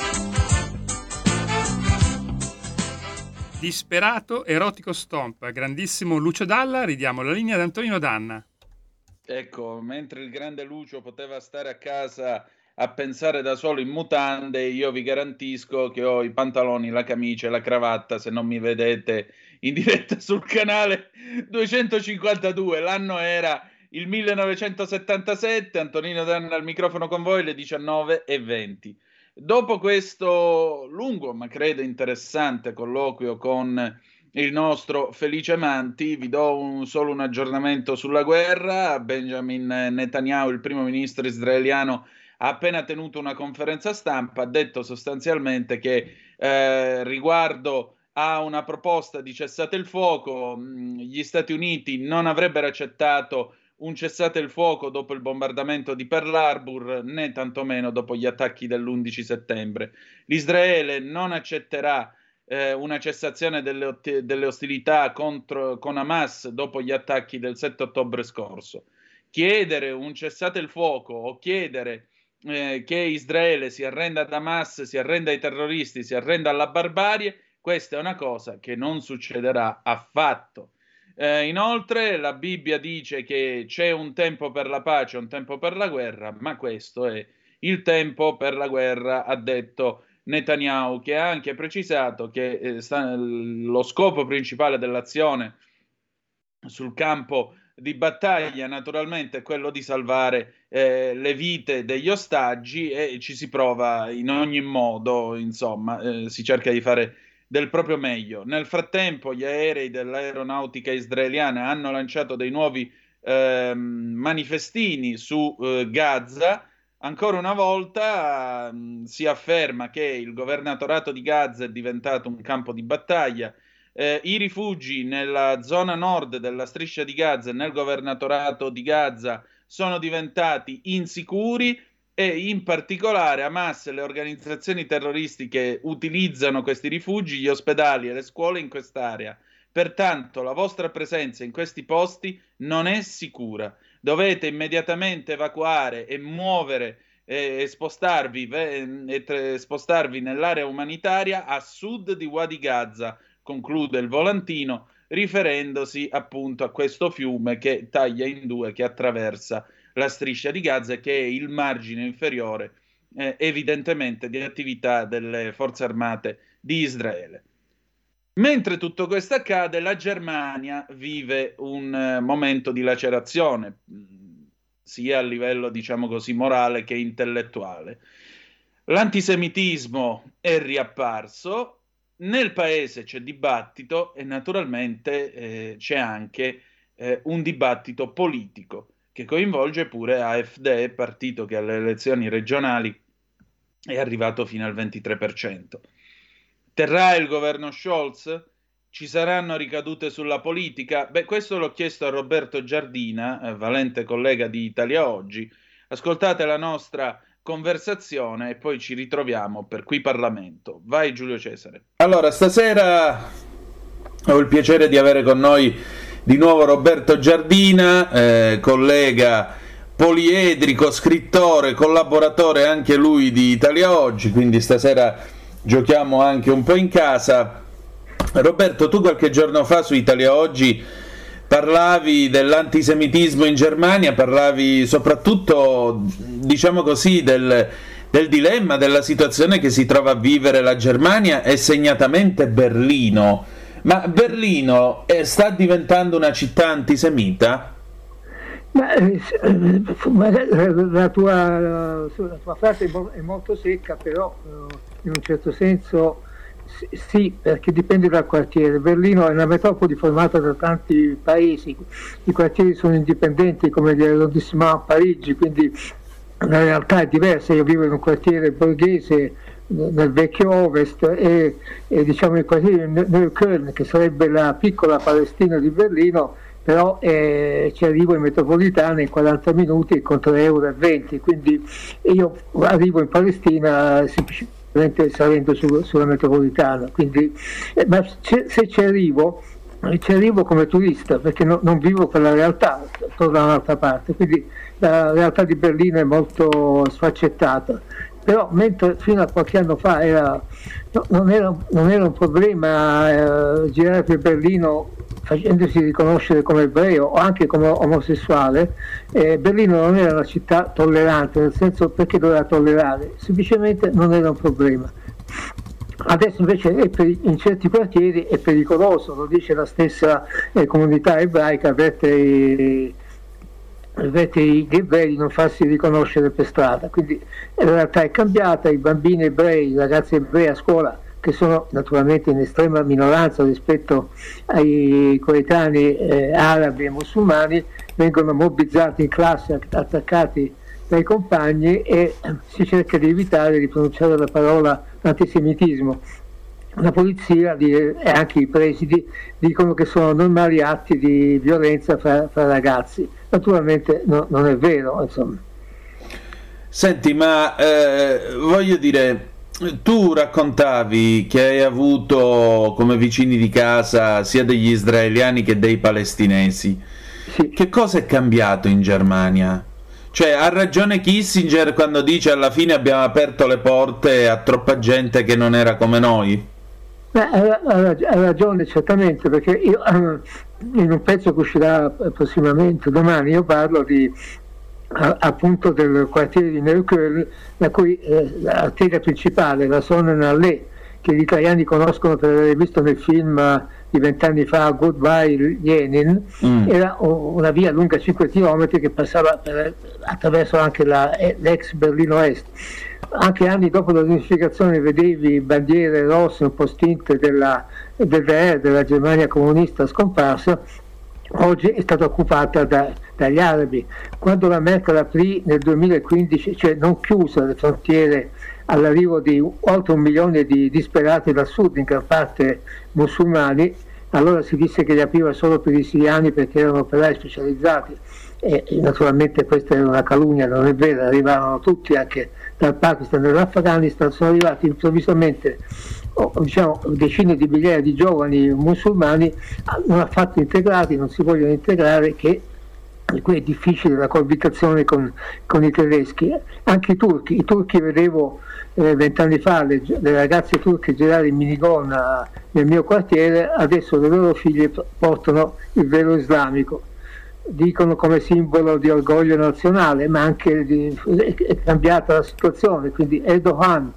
Disperato, erotico stomp, grandissimo Lucio Dalla, ridiamo la linea ad Antonino Danna. Ecco, mentre il grande Lucio poteva stare a casa a pensare da solo in mutande, io vi garantisco che ho i pantaloni, la camicia e la cravatta, se non mi vedete in diretta sul canale 252. L'anno era il 1977, Antonino Danna al microfono con voi, le 19:20. Dopo questo lungo, ma credo interessante colloquio con il nostro Felice Manti, vi do solo un aggiornamento sulla guerra. Benjamin Netanyahu, il primo ministro israeliano, ha appena tenuto una conferenza stampa, ha detto sostanzialmente che riguardo a una proposta di cessate il fuoco, gli Stati Uniti non avrebbero accettato un cessate il fuoco dopo il bombardamento di Pearl Harbor, né tantomeno dopo gli attacchi dell'11 settembre. L'Israele non accetterà una cessazione delle ostilità con Hamas dopo gli attacchi del 7 ottobre scorso. Chiedere un cessate il fuoco o chiedere che Israele si arrenda ad Hamas, si arrenda ai terroristi, si arrenda alla barbarie, questa è una cosa che non succederà affatto. Inoltre la Bibbia dice che c'è un tempo per la pace, un tempo per la guerra, ma questo è il tempo per la guerra, ha detto Netanyahu, che ha anche precisato che lo scopo principale dell'azione sul campo di battaglia naturalmente è quello di salvare le vite degli ostaggi, e ci si prova in ogni modo, insomma, si cerca di fare del proprio meglio. Nel frattempo gli aerei dell'aeronautica israeliana hanno lanciato dei nuovi manifestini su Gaza. Ancora una volta si afferma che il governatorato di Gaza è diventato un campo di battaglia. I rifugi nella zona nord della striscia di Gaza e nel governatorato di Gaza sono diventati insicuri, e in particolare Hamas e le organizzazioni terroristiche utilizzano questi rifugi, gli ospedali e le scuole in quest'area. Pertanto la vostra presenza in questi posti non è sicura. Dovete immediatamente evacuare e muovere e spostarvi nell'area umanitaria a sud di Wadi Gaza, conclude il volantino, riferendosi appunto a questo fiume che taglia in due, che attraversa la striscia di Gaza, che è il margine inferiore evidentemente di attività delle forze armate di Israele. Mentre tutto questo accade, la Germania vive un momento di lacerazione, sia a livello, diciamo così, morale che intellettuale. L'antisemitismo è riapparso, nel paese c'è dibattito e naturalmente c'è anche un dibattito politico che coinvolge pure AfD, partito che alle elezioni regionali è arrivato fino al 23%. Terrà il governo Scholz? Ci saranno ricadute sulla politica? Beh, questo l'ho chiesto a Roberto Giardina, valente collega di Italia Oggi. Ascoltate la nostra conversazione e poi ci ritroviamo per Qui Parlamento. Vai Giulio Cesare. Allora, stasera ho il piacere di avere con noi di nuovo Roberto Giardina, collega poliedrico, scrittore, collaboratore anche lui di Italia Oggi, quindi stasera giochiamo anche un po' in casa. Roberto, tu qualche giorno fa su Italia Oggi parlavi dell'antisemitismo in Germania, parlavi soprattutto, diciamo così, del dilemma, della situazione che si trova a vivere la Germania e segnatamente Berlino. Ma Berlino sta diventando una città antisemita? La tua frase è molto secca, però in un certo senso sì, perché dipende dal quartiere. Berlino è una metropoli formata da tanti paesi, i quartieri sono indipendenti come l'arrondissement a Parigi, quindi la realtà è diversa. Io vivo in un quartiere borghese nel vecchio Ovest e diciamo il quartiere di Neukölln, che sarebbe la piccola Palestina di Berlino, però ci arrivo in metropolitana in 40 minuti con 3,20 euro, quindi io arrivo in Palestina semplicemente salendo sulla metropolitana, quindi, ma se ci arrivo come turista, perché non vivo per la realtà, torno da un'altra parte, quindi la realtà di Berlino è molto sfaccettata. Però mentre fino a qualche anno fa non era un problema girare per Berlino facendosi riconoscere come ebreo o anche come omosessuale, Berlino non era una città tollerante, nel senso, perché doveva tollerare, semplicemente non era un problema. Adesso invece in certi quartieri è pericoloso, lo dice la stessa comunità ebraica, avverte gli ebrei di non farsi riconoscere per strada, quindi la realtà è cambiata. I bambini ebrei, i ragazzi ebrei a scuola, che sono naturalmente in estrema minoranza rispetto ai coetanei arabi e musulmani, vengono mobbizzati in classe, attaccati dai compagni e si cerca di evitare di pronunciare la parola antisemitismo. La polizia e anche i presidi dicono che sono normali atti di violenza fra ragazzi. Naturalmente non è vero, insomma. Senti, ma voglio dire, tu raccontavi che hai avuto come vicini di casa sia degli israeliani che dei palestinesi. Sì. Che cosa è cambiato in Germania? Cioè, ha ragione Kissinger quando dice alla fine abbiamo aperto le porte a troppa gente che non era come noi? Ha ragione certamente, perché io in un pezzo che uscirà prossimamente domani io parlo appunto del quartiere di Neukölln, la cui arteria principale, la Sonnenallee, che gli italiani conoscono per aver visto nel film di 20 anni fa Goodbye Lenin, era una via lunga 5 km che passava attraverso anche l'ex Berlino Est. Anche anni dopo la riunificazione vedevi bandiere rosse un po' stinte della Germania comunista scomparsa. Oggi è stata occupata dagli arabi. Quando la Merkel aprì nel 2015, cioè non chiuse le frontiere all'arrivo di oltre 1 milione di disperati dal sud, in gran parte musulmani, allora si disse che li apriva solo per i siriani perché erano operai specializzati, e naturalmente questa era una calunnia, non è vero, arrivavano tutti anche dal Pakistan e dall'Afghanistan, sono arrivati improvvisamente diciamo decine di migliaia di giovani musulmani non affatto integrati, non si vogliono integrare, che qui è difficile la coabitazione con i tedeschi. Anche i turchi vedevo 20 anni fa le ragazze turche girare in minigonna nel mio quartiere, adesso le loro figlie portano il velo islamico, dicono come simbolo di orgoglio nazionale, ma anche è cambiata la situazione. Quindi Erdogan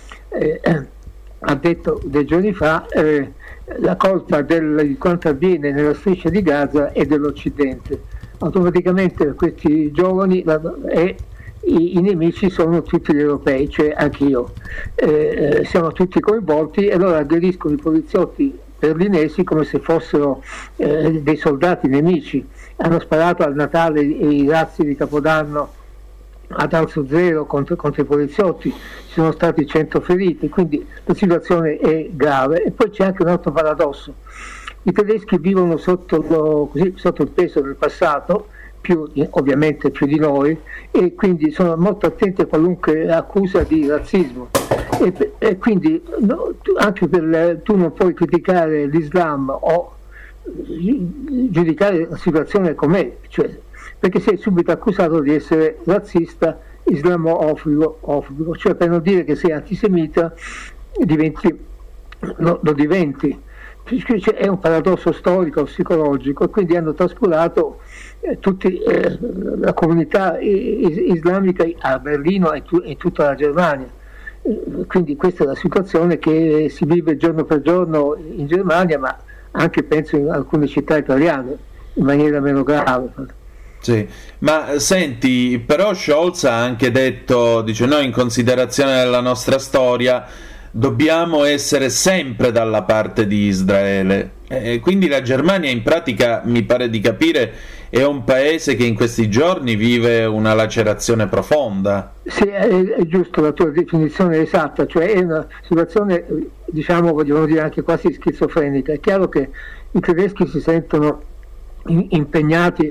ha detto dei giorni fa la colpa di quanto avviene nella striscia di Gaza è dell'Occidente. Automaticamente questi giovani i nemici sono tutti gli europei, cioè anche io, siamo tutti coinvolti, e allora aggrediscono i poliziotti berlinesi come se fossero dei soldati nemici. Hanno sparato al Natale i razzi di Capodanno ad alzo zero contro i poliziotti, ci sono stati 100 feriti, quindi la situazione è grave. E poi c'è anche un altro paradosso: i tedeschi vivono sotto il peso del passato, ovviamente più di noi, e quindi sono molto attenti a qualunque accusa di razzismo, e quindi tu non puoi criticare l'Islam o giudicare la situazione com'è, cioè, perché sei subito accusato di essere razzista, islamofobo, cioè per non dire che sei antisemita lo diventi. è un paradosso storico, psicologico, e quindi hanno trascurato la comunità islamica a Berlino e in tutta la Germania. Quindi questa è la situazione che si vive giorno per giorno in Germania, ma anche penso in alcune città italiane in maniera meno grave. Sì, ma senti, però Scholz ha anche detto, dice, noi in considerazione della nostra storia dobbiamo essere sempre dalla parte di Israele. Quindi la Germania in pratica, mi pare di capire, è un paese che in questi giorni vive una lacerazione profonda. Sì, è giusto, la tua definizione è esatta, cioè è una situazione, diciamo, vogliamo dire anche quasi schizofrenica. È chiaro che i tedeschi si sentono impegnati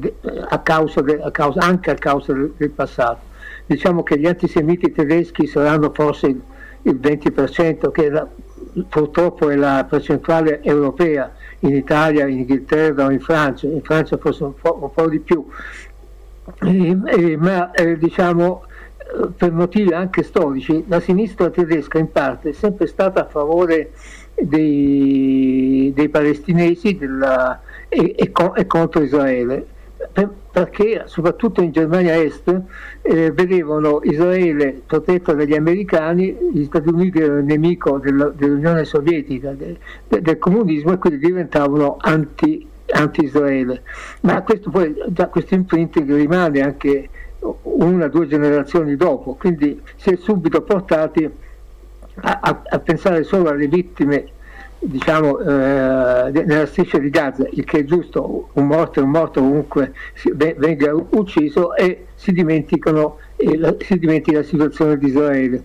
anche a causa del passato. Diciamo che gli antisemiti tedeschi saranno forse il 20%, che purtroppo è la percentuale europea in Italia, in Inghilterra o in Francia forse un po' di più, ma diciamo per motivi anche storici la sinistra tedesca in parte è sempre stata a favore dei palestinesi e contro Israele, perché soprattutto in Germania Est vedevano Israele protetta dagli americani, gli Stati Uniti erano il nemico dell'Unione Sovietica, del comunismo, e quindi diventavano anti-Israele. Ma questo imprinting rimane anche 1 o 2 generazioni dopo, quindi si è subito portati a pensare solo alle vittime, diciamo, nella striscia di Gaza, il che è giusto, un morto ovunque venga ucciso, e si dimentica la situazione di Israele.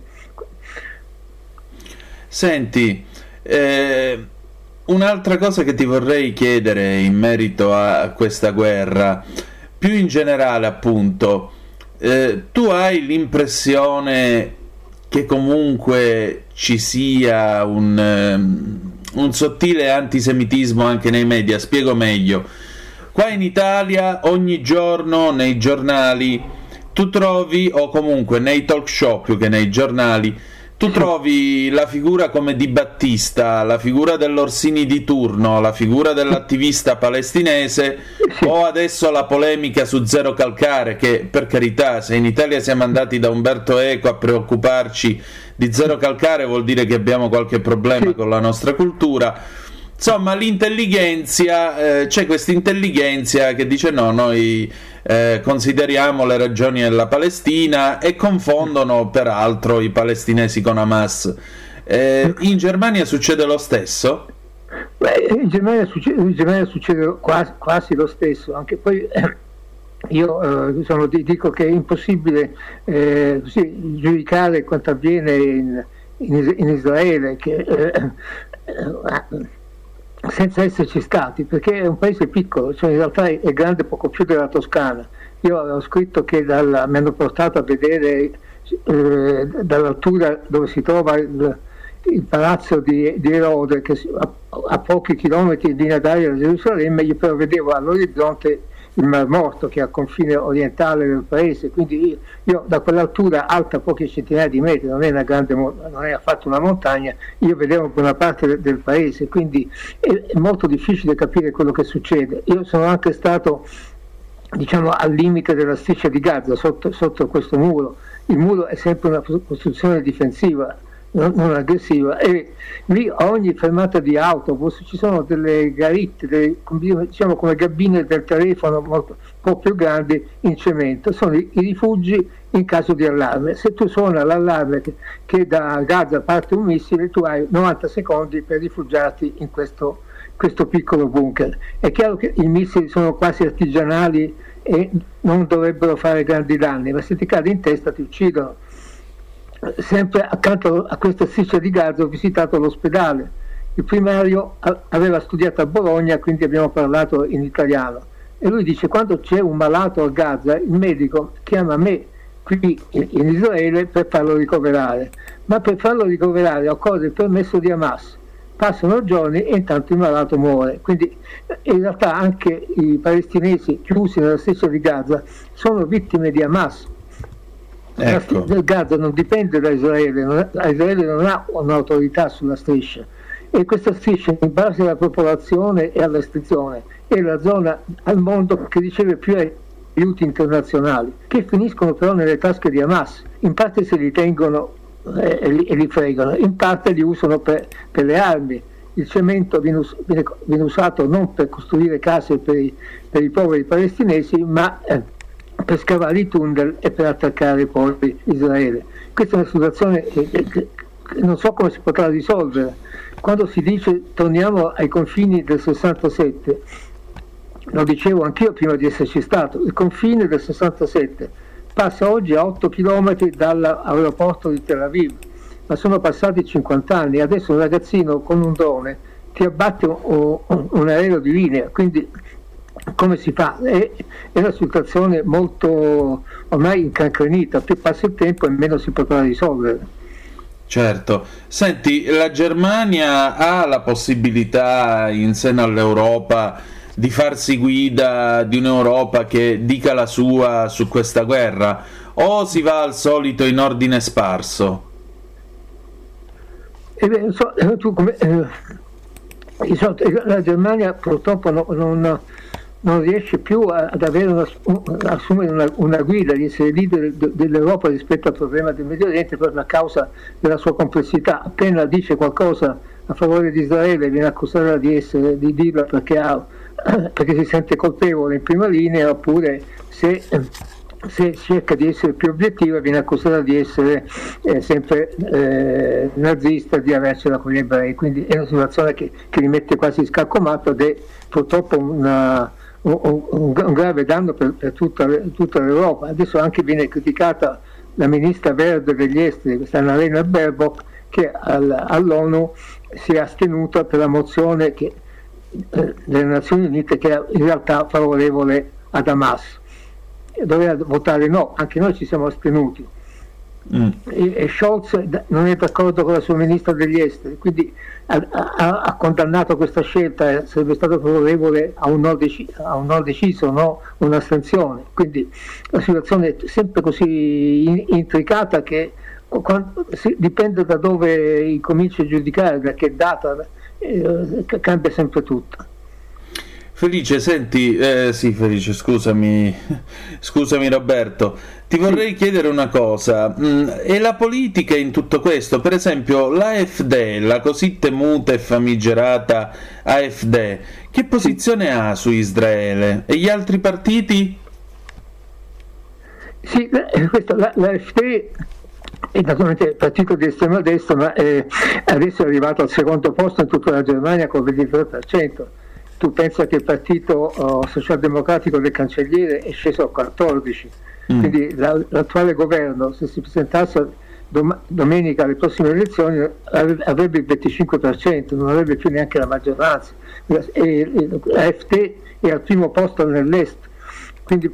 Senti, un'altra cosa che ti vorrei chiedere in merito a questa guerra, più in generale appunto, tu hai l'impressione che comunque ci sia un sottile antisemitismo anche nei media? Spiego meglio. Qua in Italia ogni giorno nei giornali tu trovi, o comunque nei talk show più che nei giornali, tu trovi la figura come Di Battista, la figura dell'Orsini di turno, la figura dell'attivista palestinese, o adesso la polemica su Zero Calcare, che per carità, se in Italia siamo andati da Umberto Eco a preoccuparci di Zero Calcare vuol dire che abbiamo qualche problema con la nostra cultura. Insomma, l'intelligenza, c'è questa intelligenza che dice no, noi consideriamo le ragioni della Palestina, e confondono peraltro i palestinesi con Hamas. In Germania succede lo stesso? Beh, in Germania succede quasi lo stesso, anche poi io dico che è impossibile giudicare quanto avviene in Israele, che senza esserci stati, perché è un paese piccolo, cioè in realtà è grande poco più della Toscana. Io avevo scritto che mi hanno portato a vedere dall'altura dove si trova il palazzo di Erode, che a pochi chilometri di linea d'aria da Gerusalemme. Io però vedevo all'orizzonte il Mar Morto, che è al confine orientale del paese, quindi io da quell'altura alta poche centinaia di metri, non è affatto una montagna, io vedevo buona parte del paese, quindi è molto difficile capire quello che succede. Io sono anche stato, diciamo, al limite della striscia di Gaza, sotto questo muro. Il muro è sempre una costruzione difensiva, non aggressiva, e lì a ogni fermata di autobus ci sono delle garitte, diciamo come cabine del telefono un po' più grandi in cemento. Sono i rifugi in caso di allarme. Se tu suona l'allarme che da Gaza parte un missile, tu hai 90 secondi per rifugiarti in questo piccolo bunker. È chiaro che i missili sono quasi artigianali e non dovrebbero fare grandi danni, ma se ti cade in testa ti uccidono. Sempre accanto a questa striscia di Gaza ho visitato l'ospedale. Il primario aveva studiato a Bologna, quindi abbiamo parlato in italiano, e lui dice: quando c'è un malato a Gaza il medico chiama me qui in Israele per farlo ricoverare, ma per farlo ricoverare occorre il permesso di Hamas. Passano giorni e intanto il malato muore. Quindi in realtà anche i palestinesi chiusi nella striscia di Gaza sono vittime di Hamas. Ecco. Gaza non dipende da Israele, Israele non ha un'autorità sulla striscia, e questa striscia, in base alla popolazione e all'estensione, è la zona al mondo che riceve più aiuti internazionali, che finiscono però nelle tasche di Hamas. In parte se li tengono e li fregano, in parte li usano per le armi. Il cemento viene usato non per costruire case per i poveri palestinesi, ma per scavare i tunnel e per attaccare poi Israele. Questa è una situazione che non so come si potrà risolvere. Quando si dice torniamo ai confini del 67, lo dicevo anch'io prima di esserci stato, il confine del 67 passa oggi a 8 km dall'aeroporto di Tel Aviv, ma sono passati 50 anni, adesso un ragazzino con un drone ti abbatte un aereo di linea, quindi come si fa? È una situazione molto ormai incancrenita, più passa il tempo e meno si potrà risolvere. Certo. Senti, la Germania ha la possibilità in seno all'Europa di farsi guida di un'Europa che dica la sua su questa guerra, o si va al solito in ordine sparso? La Germania purtroppo non riesce più ad assumere una guida, di essere leader dell'Europa rispetto al problema del Medio Oriente, proprio a causa della sua complessità. Appena dice qualcosa a favore di Israele viene accusata di dirla perché si sente colpevole in prima linea, oppure se cerca di essere più obiettiva viene accusata di essere sempre nazista, di avercela con gli ebrei. Quindi è una situazione che li mette quasi in scacco matto ed è purtroppo un grave danno per tutta l'Europa. Adesso anche viene criticata la ministra verde degli esteri, questa Annalena Baerbock, che all'ONU si è astenuta per la mozione delle Nazioni Unite, che è in realtà favorevole ad Hamas. Doveva votare no, anche noi ci siamo astenuti. E Scholz non è d'accordo con la sua ministra degli esteri, quindi ha condannato questa scelta, sarebbe stato favorevole a un no deciso, no un'astensione. Quindi la situazione è sempre così intricata che dipende da dove cominci a giudicare, da che data, cambia sempre tutto. Felice, senti, sì Felice, scusami Roberto, ti vorrei chiedere una cosa, e la politica in tutto questo? Per esempio l'AfD, la così temuta e famigerata AfD, che posizione ha su Israele? E gli altri partiti? Sì, l'AfD è naturalmente il partito di estrema destra, ma adesso è arrivato al secondo posto in tutta la Germania con il 23%. Tu pensa che il partito socialdemocratico del cancelliere è sceso a 14%, quindi l'attuale governo, se si presentasse domenica alle prossime elezioni, avrebbe il 25%, non avrebbe più neanche la maggioranza. L'AfD è al primo posto nell'est, quindi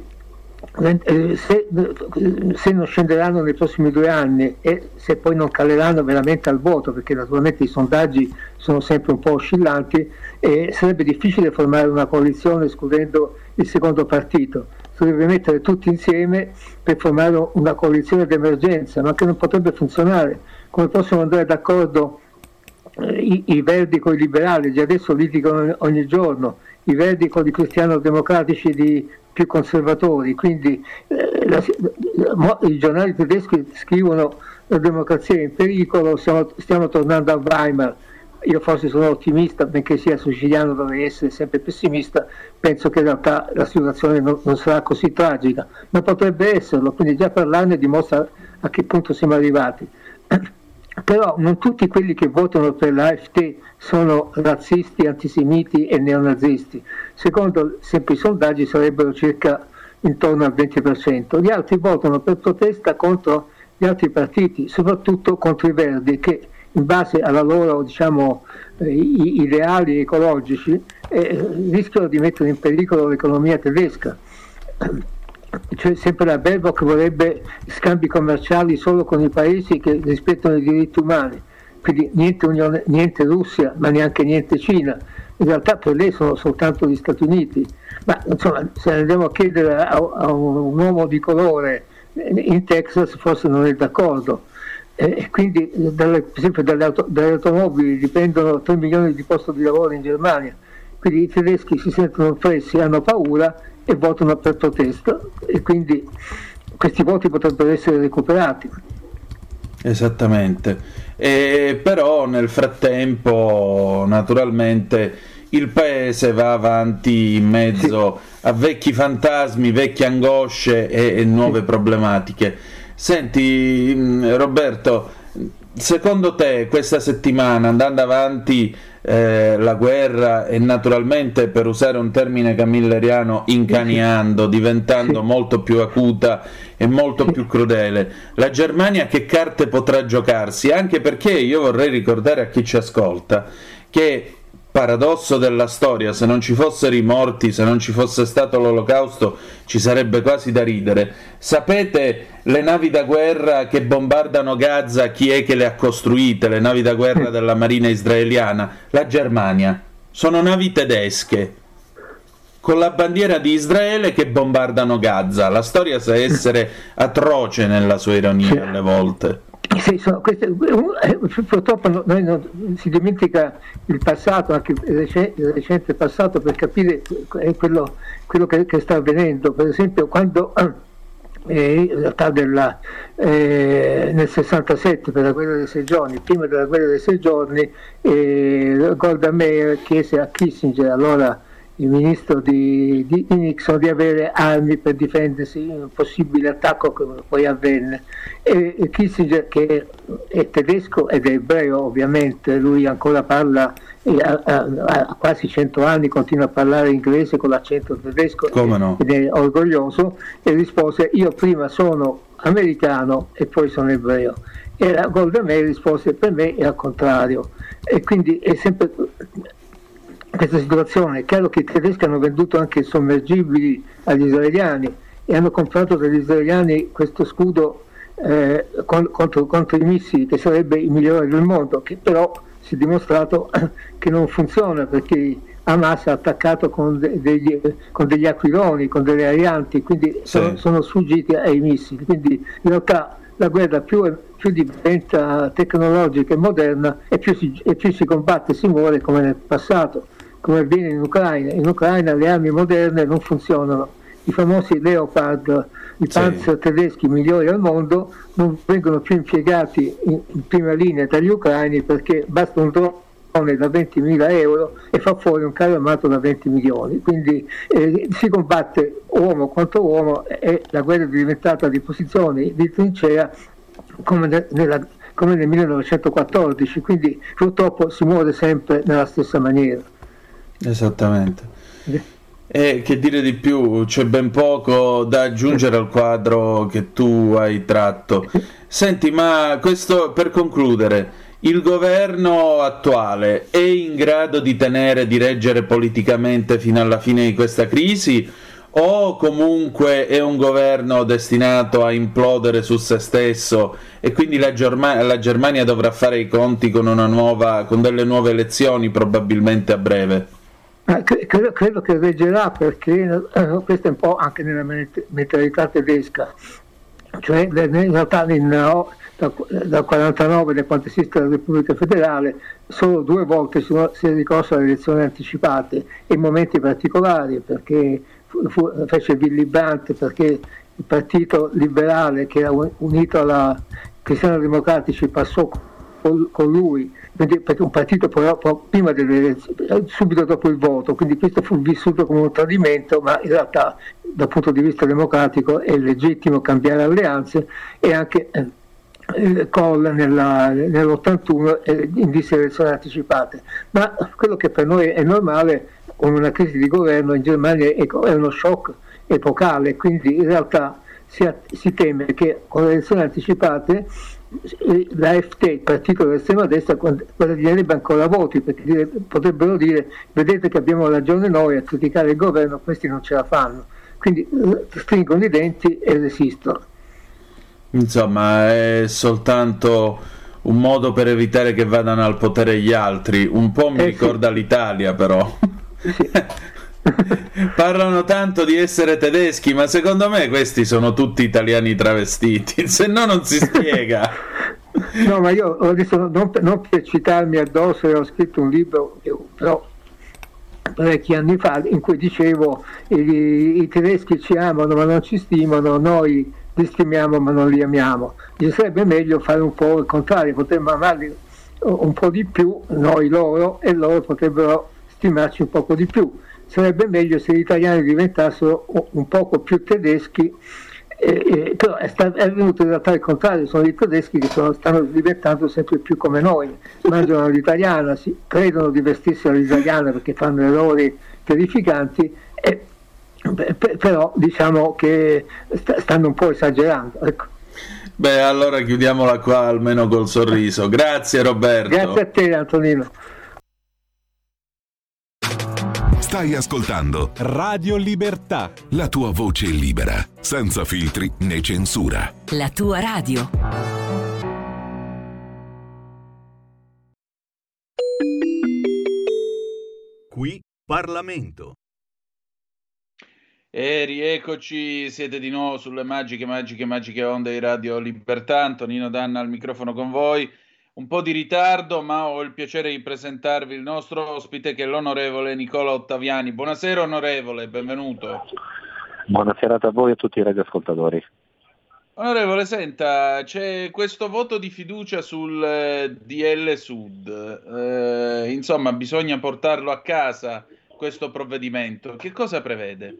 se non scenderanno nei prossimi 2 anni e se poi non caleranno veramente al voto, perché naturalmente i sondaggi sono sempre un po' oscillanti, sarebbe difficile formare una coalizione escludendo il secondo partito. Si dovrebbe mettere tutti insieme per formare una coalizione d'emergenza, ma che non potrebbe funzionare. Come possono andare d'accordo i Verdi con i liberali? Già adesso litigano ogni giorno, i Verdi con i cristiano-democratici di più conservatori, quindi i giornali tedeschi scrivono la democrazia è in pericolo, stiamo tornando a Weimar. Io forse sono ottimista, benché sia siciliano dovrei essere sempre pessimista, penso che in realtà la situazione non sarà così tragica, ma potrebbe esserlo, quindi già parlarne dimostra a che punto siamo arrivati. Però non tutti quelli che votano per l'AfD sono razzisti, antisemiti e neonazisti. Secondo sempre i sondaggi sarebbero circa intorno al 20%. Gli altri votano per protesta contro gli altri partiti, soprattutto contro i Verdi, che in base alla loro ideali ecologici rischiano di mettere in pericolo l'economia tedesca. Cioè, sempre la Baerbock vorrebbe scambi commerciali solo con i paesi che rispettano i diritti umani, quindi niente Russia, ma neanche niente Cina. In realtà per lei sono soltanto gli Stati Uniti, ma insomma, se andiamo a chiedere a un uomo di colore in Texas forse non è d'accordo. e quindi per esempio dalle automobili dipendono 3 milioni di posti di lavoro in Germania, quindi i tedeschi si sentono oppressi, hanno paura e votano per protesta, e quindi questi voti potrebbero essere recuperati. Esattamente, però nel frattempo naturalmente il paese va avanti in mezzo a vecchi fantasmi, vecchie angosce e nuove problematiche. Senti Roberto, secondo te questa settimana, andando avanti la guerra e naturalmente, per usare un termine camilleriano, incaniando, diventando molto più acuta e molto più crudele, la Germania che carte potrà giocarsi? Anche perché io vorrei ricordare a chi ci ascolta che, paradosso della storia, se non ci fossero i morti, se non ci fosse stato l'Olocausto, ci sarebbe quasi da ridere. Sapete le navi da guerra che bombardano Gaza, chi è che le ha costruite? Le navi da guerra della marina israeliana? La Germania. Sono navi tedesche con la bandiera di Israele che bombardano Gaza. La storia sa essere atroce nella sua ironia alle volte. Sì, purtroppo si dimentica il passato, anche il recente passato, per capire quello che sta avvenendo. Per esempio, quando in realtà nel 67, per la guerra dei 6 giorni, prima della guerra dei 6 giorni, Golda Meir chiese a Kissinger, allora il ministro di Nixon, di avere armi per difendersi in un possibile attacco, che poi avvenne. E Kissinger, che è tedesco ed è ebreo ovviamente, lui ancora parla, ha quasi 100 anni, continua a parlare inglese con l'accento tedesco. Come no? Ed è orgoglioso, e rispose: io prima sono americano e poi sono ebreo. E la Golda Meir rispose: per me è al contrario. E quindi è sempre questa situazione. È chiaro che i tedeschi hanno venduto anche sommergibili agli israeliani e hanno comprato dagli israeliani questo scudo contro i missili, che sarebbe il migliore del mondo, che però si è dimostrato che non funziona, perché Hamas ha attaccato con degli aquiloni, con delle arianti, quindi sono sfuggiti ai missili. Quindi in realtà la guerra più diventa tecnologica e moderna, e più si combatte e si muore, come nel passato, come avviene in Ucraina. In Ucraina le armi moderne non funzionano. I famosi Leopard, i Panzer tedeschi migliori al mondo, non vengono più impiegati in prima linea dagli ucraini, perché basta un drone da 20.000 euro e fa fuori un carro armato da 20 milioni. Quindi si combatte uomo contro uomo, e la guerra è diventata di posizioni, di trincea, come nel 1914, quindi purtroppo si muore sempre nella stessa maniera. Esattamente. E che dire di più, c'è ben poco da aggiungere al quadro che tu hai tratto. Senti, ma questo, per concludere, il governo attuale è in grado di reggere politicamente fino alla fine di questa crisi, o comunque è un governo destinato a implodere su se stesso, e quindi la Germania dovrà fare i conti con delle nuove elezioni probabilmente a breve? Credo che reggerà, perché questo è un po' anche nella mentalità tedesca, cioè in realtà dal 49, da quando esiste la Repubblica Federale, solo 2 volte si è ricorso alle elezioni anticipate, in momenti particolari, perché fece Willy Brandt, perché il partito liberale, che era unito alla Cristiano Democratici, passò con lui, perché un partito prima delle elezioni, subito dopo il voto, quindi questo fu vissuto come un tradimento, ma in realtà dal punto di vista democratico è legittimo cambiare alleanze. E anche Kohl nell'81 indisse elezioni anticipate. Ma quello che per noi è normale, con una crisi di governo in Germania, è uno shock epocale, quindi in realtà si teme che con le elezioni anticipate l'AfD, il partito dell'estrema destra, guadagnerebbe ancora voti, perché potrebbero dire: vedete che abbiamo ragione noi a criticare il governo, questi non ce la fanno, quindi stringono i denti e resistono. Insomma, è soltanto un modo per evitare che vadano al potere gli altri. Un po' mi ricorda l'Italia, però. Sì. Parlano tanto di essere tedeschi, ma secondo me questi sono tutti italiani travestiti, se no non si spiega. No, ma io adesso non per citarmi addosso, ho scritto un libro, però parecchi anni fa, in cui dicevo i tedeschi ci amano ma non ci stimano, noi li stimiamo ma non li amiamo. Sarebbe meglio fare un po' il contrario, potremmo amarli un po' di più, noi loro, e loro potrebbero stimarci un poco di più. Sarebbe meglio se gli italiani diventassero un poco più tedeschi, però è venuto in realtà il contrario, sono i tedeschi che stanno diventando sempre più come noi, mangiano l'italiana, credono di vestirsi all'italiana perché fanno errori terrificanti, però diciamo che stanno un po' esagerando, ecco. Beh, allora chiudiamola qua almeno col sorriso. Grazie Roberto. Grazie a te Antonino. Stai ascoltando Radio Libertà, la tua voce libera, senza filtri né censura. La tua radio. Qui Parlamento. E rieccoci, siete di nuovo sulle magiche onde di Radio Libertà. Antonino Danna al microfono con voi. Un po' di ritardo, ma ho il piacere di presentarvi il nostro ospite, che è l'onorevole Nicola Ottaviani. Buonasera onorevole, benvenuto. Buonasera a voi e a tutti i radioascoltatori. Onorevole, senta, c'è questo voto di fiducia sul DL Sud. Insomma, bisogna portarlo a casa questo provvedimento. Che cosa prevede?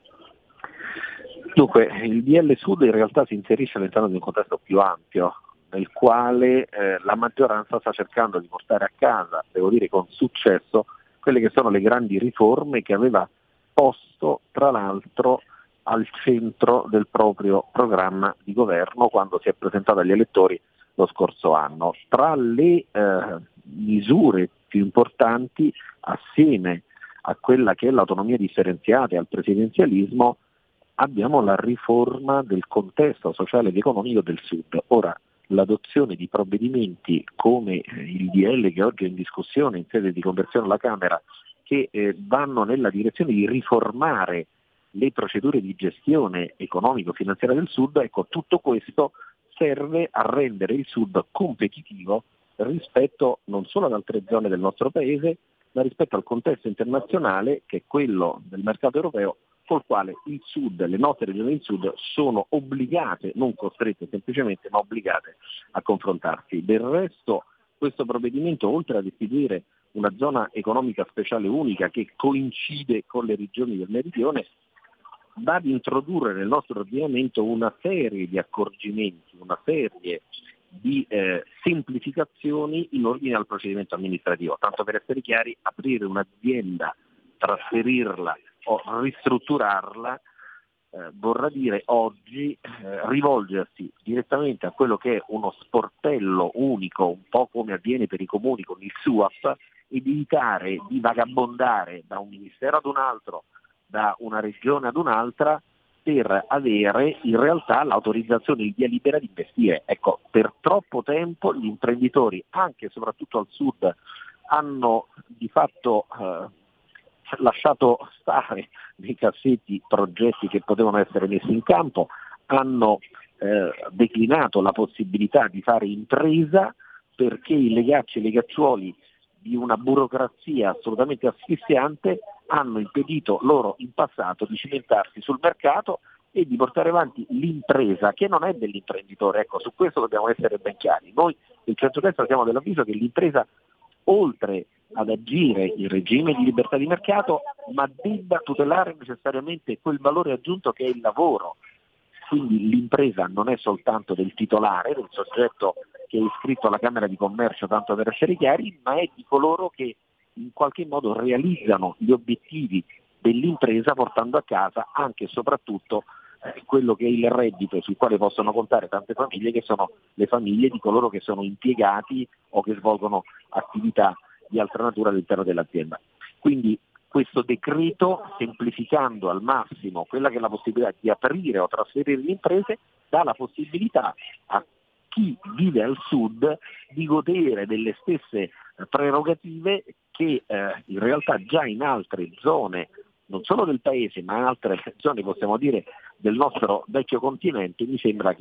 Dunque, il DL Sud in realtà si inserisce all'interno di un contesto più ampio, nel quale la maggioranza sta cercando di portare a casa, devo dire con successo, quelle che sono le grandi riforme che aveva posto, tra l'altro, al centro del proprio programma di governo quando si è presentato agli elettori lo scorso anno. Tra le misure più importanti, assieme a quella che è l'autonomia differenziata e al presidenzialismo, abbiamo la riforma del contesto sociale ed economico del Sud. Ora, l'adozione di provvedimenti come il DL che oggi è in discussione in sede di conversione alla Camera, che vanno nella direzione di riformare le procedure di gestione economico-finanziaria del Sud, ecco, tutto questo serve a rendere il Sud competitivo rispetto non solo ad altre zone del nostro Paese, ma rispetto al contesto internazionale che è quello del mercato europeo, col quale il Sud, le nostre regioni del Sud sono obbligate, non costrette semplicemente, ma obbligate a confrontarsi. Del resto questo provvedimento, oltre ad istituire una zona economica speciale unica che coincide con le regioni del Meridione, va ad introdurre nel nostro ordinamento una serie di accorgimenti, una serie di semplificazioni in ordine al procedimento amministrativo. Tanto per essere chiari, aprire un'azienda, trasferirla o ristrutturarla vorrà dire oggi rivolgersi direttamente a quello che è uno sportello unico, un po' come avviene per i comuni con il SUAP, ed evitare di vagabondare da un ministero ad un altro, da una regione ad un'altra, per avere in realtà l'autorizzazione di via libera di investire. Ecco, per troppo tempo gli imprenditori, anche e soprattutto al Sud, hanno di fatto lasciato stare nei cassetti progetti che potevano essere messi in campo, hanno declinato la possibilità di fare impresa perché i legacci e i legacciuoli di una burocrazia assolutamente asfissiante hanno impedito loro in passato di cimentarsi sul mercato e di portare avanti l'impresa, che non è dell'imprenditore. Ecco, su questo dobbiamo essere ben chiari. Noi del centrodestra siamo dell'avviso che l'impresa, oltre ad agire in regime di libertà di mercato, ma debba tutelare necessariamente quel valore aggiunto che è il lavoro. Quindi l'impresa non è soltanto del titolare, del soggetto che è iscritto alla Camera di Commercio, tanto per essere chiari, ma è di coloro che in qualche modo realizzano gli obiettivi dell'impresa portando a casa anche e soprattutto quello che è il reddito sul quale possono contare tante famiglie, che sono le famiglie di coloro che sono impiegati o che svolgono attività di altra natura all'interno dell'azienda. Quindi questo decreto, semplificando al massimo quella che è la possibilità di aprire o trasferire le imprese, dà la possibilità a chi vive al Sud di godere delle stesse prerogative che in realtà già in altre zone, non solo del paese, ma in altre zone, possiamo dire, del nostro vecchio continente, mi sembra che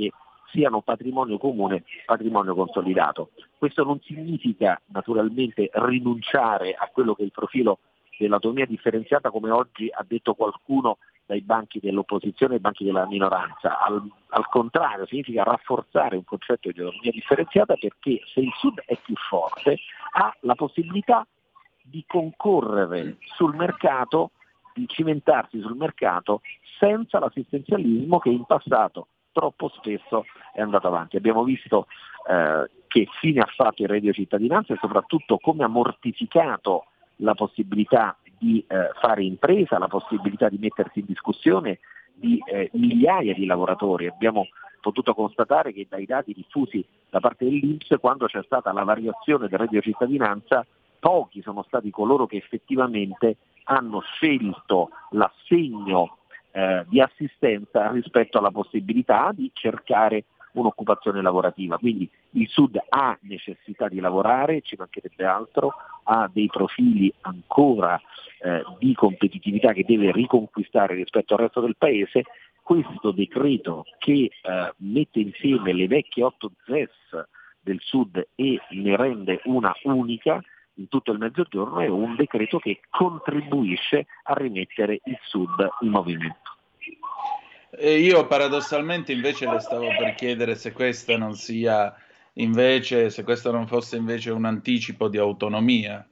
siano patrimonio comune, patrimonio consolidato. Questo non significa naturalmente rinunciare a quello che è il profilo dell'autonomia differenziata, come oggi ha detto qualcuno dai banchi dell'opposizione e ai banchi della minoranza. Al contrario, significa rafforzare un concetto di autonomia differenziata, perché se il Sud è più forte ha la possibilità di concorrere sul mercato, di cimentarsi sul mercato senza l'assistenzialismo che in passato troppo spesso è andato avanti. Abbiamo visto che fine ha fatto il reddito cittadinanza e soprattutto come ha mortificato la possibilità di fare impresa, la possibilità di mettersi in discussione di migliaia di lavoratori. Abbiamo potuto constatare che dai dati diffusi da parte dell'INPS, quando c'è stata la variazione del reddito cittadinanza, pochi sono stati coloro che effettivamente hanno scelto l'assegno di assistenza rispetto alla possibilità di cercare un'occupazione lavorativa. Quindi il Sud ha necessità di lavorare, ci mancherebbe altro, ha dei profili ancora di competitività che deve riconquistare rispetto al resto del Paese. Questo decreto che mette insieme le vecchie 8 ZES del Sud e ne rende una unica in tutto il Mezzogiorno è un decreto che contribuisce a rimettere il Sud in movimento. Io paradossalmente invece le stavo per chiedere se questa non sia invece, se questo non fosse invece un anticipo di autonomia.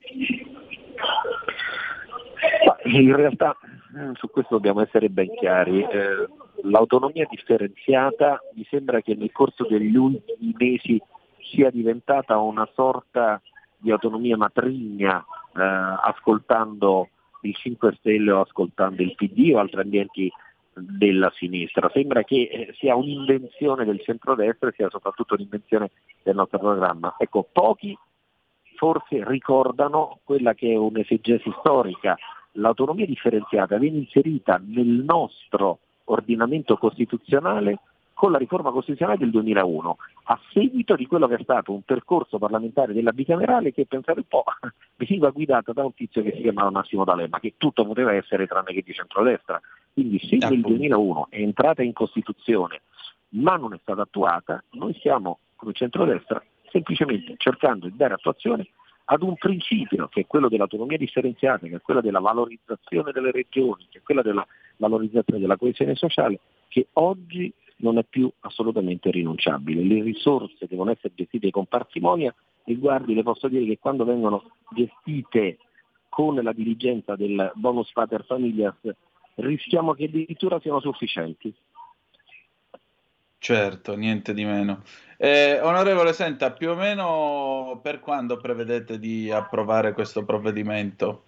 In realtà su questo dobbiamo essere ben chiari. L'autonomia differenziata mi sembra che nel corso degli ultimi mesi sia diventata una sorta di autonomia matrigna, ascoltando il 5 Stelle o ascoltando il PD o altri ambienti della sinistra. Sembra che sia un'invenzione del centrodestra e sia soprattutto un'invenzione del nostro programma. Ecco, pochi forse ricordano quella che è un'esegesi storica. L'autonomia differenziata viene inserita nel nostro ordinamento costituzionale con la riforma costituzionale del 2001, a seguito di quello che è stato un percorso parlamentare della bicamerale che, pensate un po', veniva guidata da un tizio che si chiamava Massimo D'Alema, che tutto poteva essere tranne che di centrodestra. Quindi se nel 2001 è entrata in Costituzione ma non è stata attuata, noi stiamo come centrodestra semplicemente cercando di dare attuazione ad un principio che è quello dell'autonomia differenziata, che è quello della valorizzazione delle regioni, che è quella della valorizzazione della coesione sociale, che oggi non è più assolutamente rinunciabile. Le risorse devono essere gestite con parsimonia e guardi, le posso dire che quando vengono gestite con la diligenza del bonus pater familias rischiamo che addirittura siano sufficienti. Certo, niente di meno. Onorevole, senta, più o meno per quando prevedete di approvare questo provvedimento?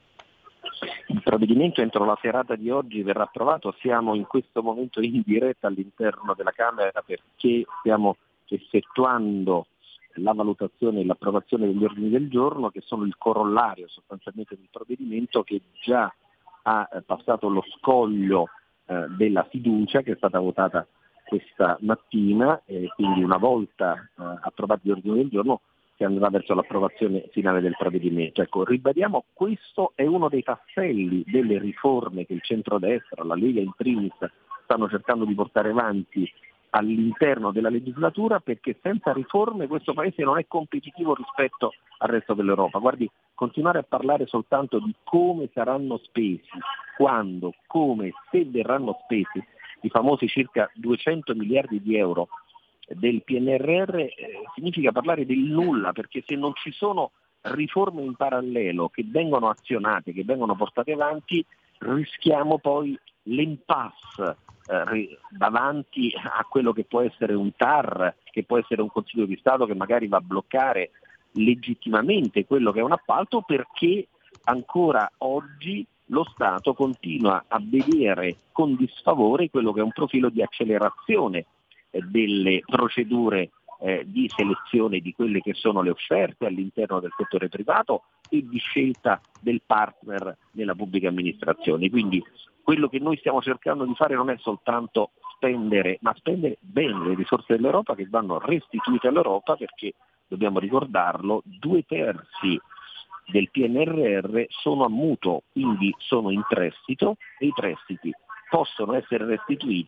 Il provvedimento entro la serata di oggi verrà approvato, siamo in questo momento in diretta all'interno della Camera perché stiamo effettuando la valutazione e l'approvazione degli ordini del giorno che sono il corollario sostanzialmente del provvedimento che già ha passato lo scoglio della fiducia che è stata votata questa mattina, quindi una volta approvati gli ordini del giorno si andrà verso l'approvazione finale del provvedimento. Ecco, ribadiamo, questo è uno dei tasselli delle riforme che il centrodestra, la Lega in primis, stanno cercando di portare avanti all'interno della legislatura, perché senza riforme questo Paese non è competitivo rispetto al resto dell'Europa. Guardi, continuare a parlare soltanto di come saranno spesi, quando, come, se verranno spesi, i famosi circa 200 miliardi di euro del PNRR significa parlare del nulla, perché se non ci sono riforme in parallelo che vengono azionate, che vengono portate avanti, rischiamo poi l'impasse davanti a quello che può essere un TAR, che può essere un Consiglio di Stato che magari va a bloccare legittimamente quello che è un appalto, perché ancora oggi lo Stato continua a vedere con disfavore quello che è un profilo di accelerazione delle procedure di selezione di quelle che sono le offerte all'interno del settore privato e di scelta del partner nella pubblica amministrazione. Quindi quello che noi stiamo cercando di fare non è soltanto spendere, ma spendere bene le risorse dell'Europa che vanno restituite all'Europa, perché dobbiamo ricordarlo, 2/3 del PNRR sono a mutuo, quindi sono in prestito e i prestiti possono essere restituiti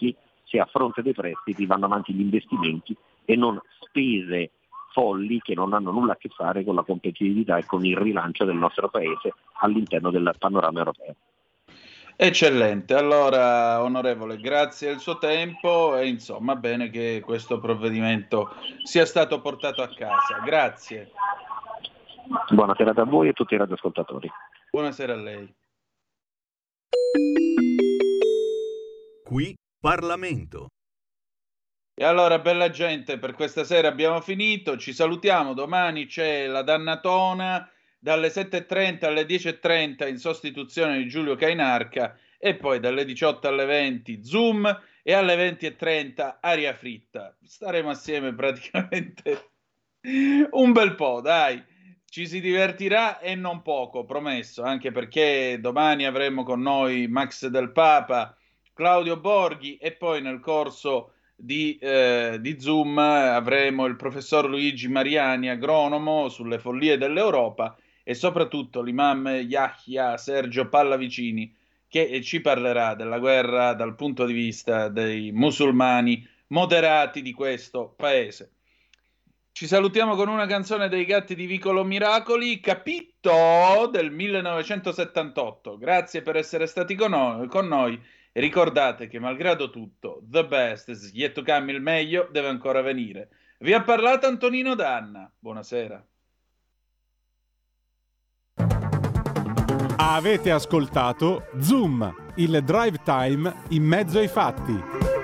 se a fronte dei prestiti vanno avanti gli investimenti e non spese folli che non hanno nulla a che fare con la competitività e con il rilancio del nostro paese all'interno del panorama europeo. Eccellente, allora onorevole, grazie al suo tempo e insomma bene che questo provvedimento sia stato portato a casa, grazie. Buona serata a voi e a tutti i radioascoltatori. Buonasera a lei. Qui Parlamento. E allora, bella gente, per questa sera abbiamo finito, ci salutiamo, domani c'è la Dannatona dalle 7.30 alle 10.30 in sostituzione di Giulio Cainarca e poi dalle 18 alle 20 Zoom e alle 20.30 Aria Fritta. Staremo assieme praticamente un bel po', dai, ci si divertirà e non poco, promesso, anche perché domani avremo con noi Max Del Papa, Claudio Borghi e poi nel corso di Zoom avremo il professor Luigi Mariani, agronomo, sulle follie dell'Europa e soprattutto l'imam Yahya Sergio Pallavicini che ci parlerà della guerra dal punto di vista dei musulmani moderati di questo paese. Ci salutiamo con una canzone dei Gatti di Vicolo Miracoli, Capito del 1978. Grazie per essere stati con noi. E ricordate che malgrado tutto, the best is yet to come, il meglio deve ancora venire. Vi ha parlato Antonino Danna. Buonasera. Avete ascoltato Zoom, il drive time in mezzo ai fatti.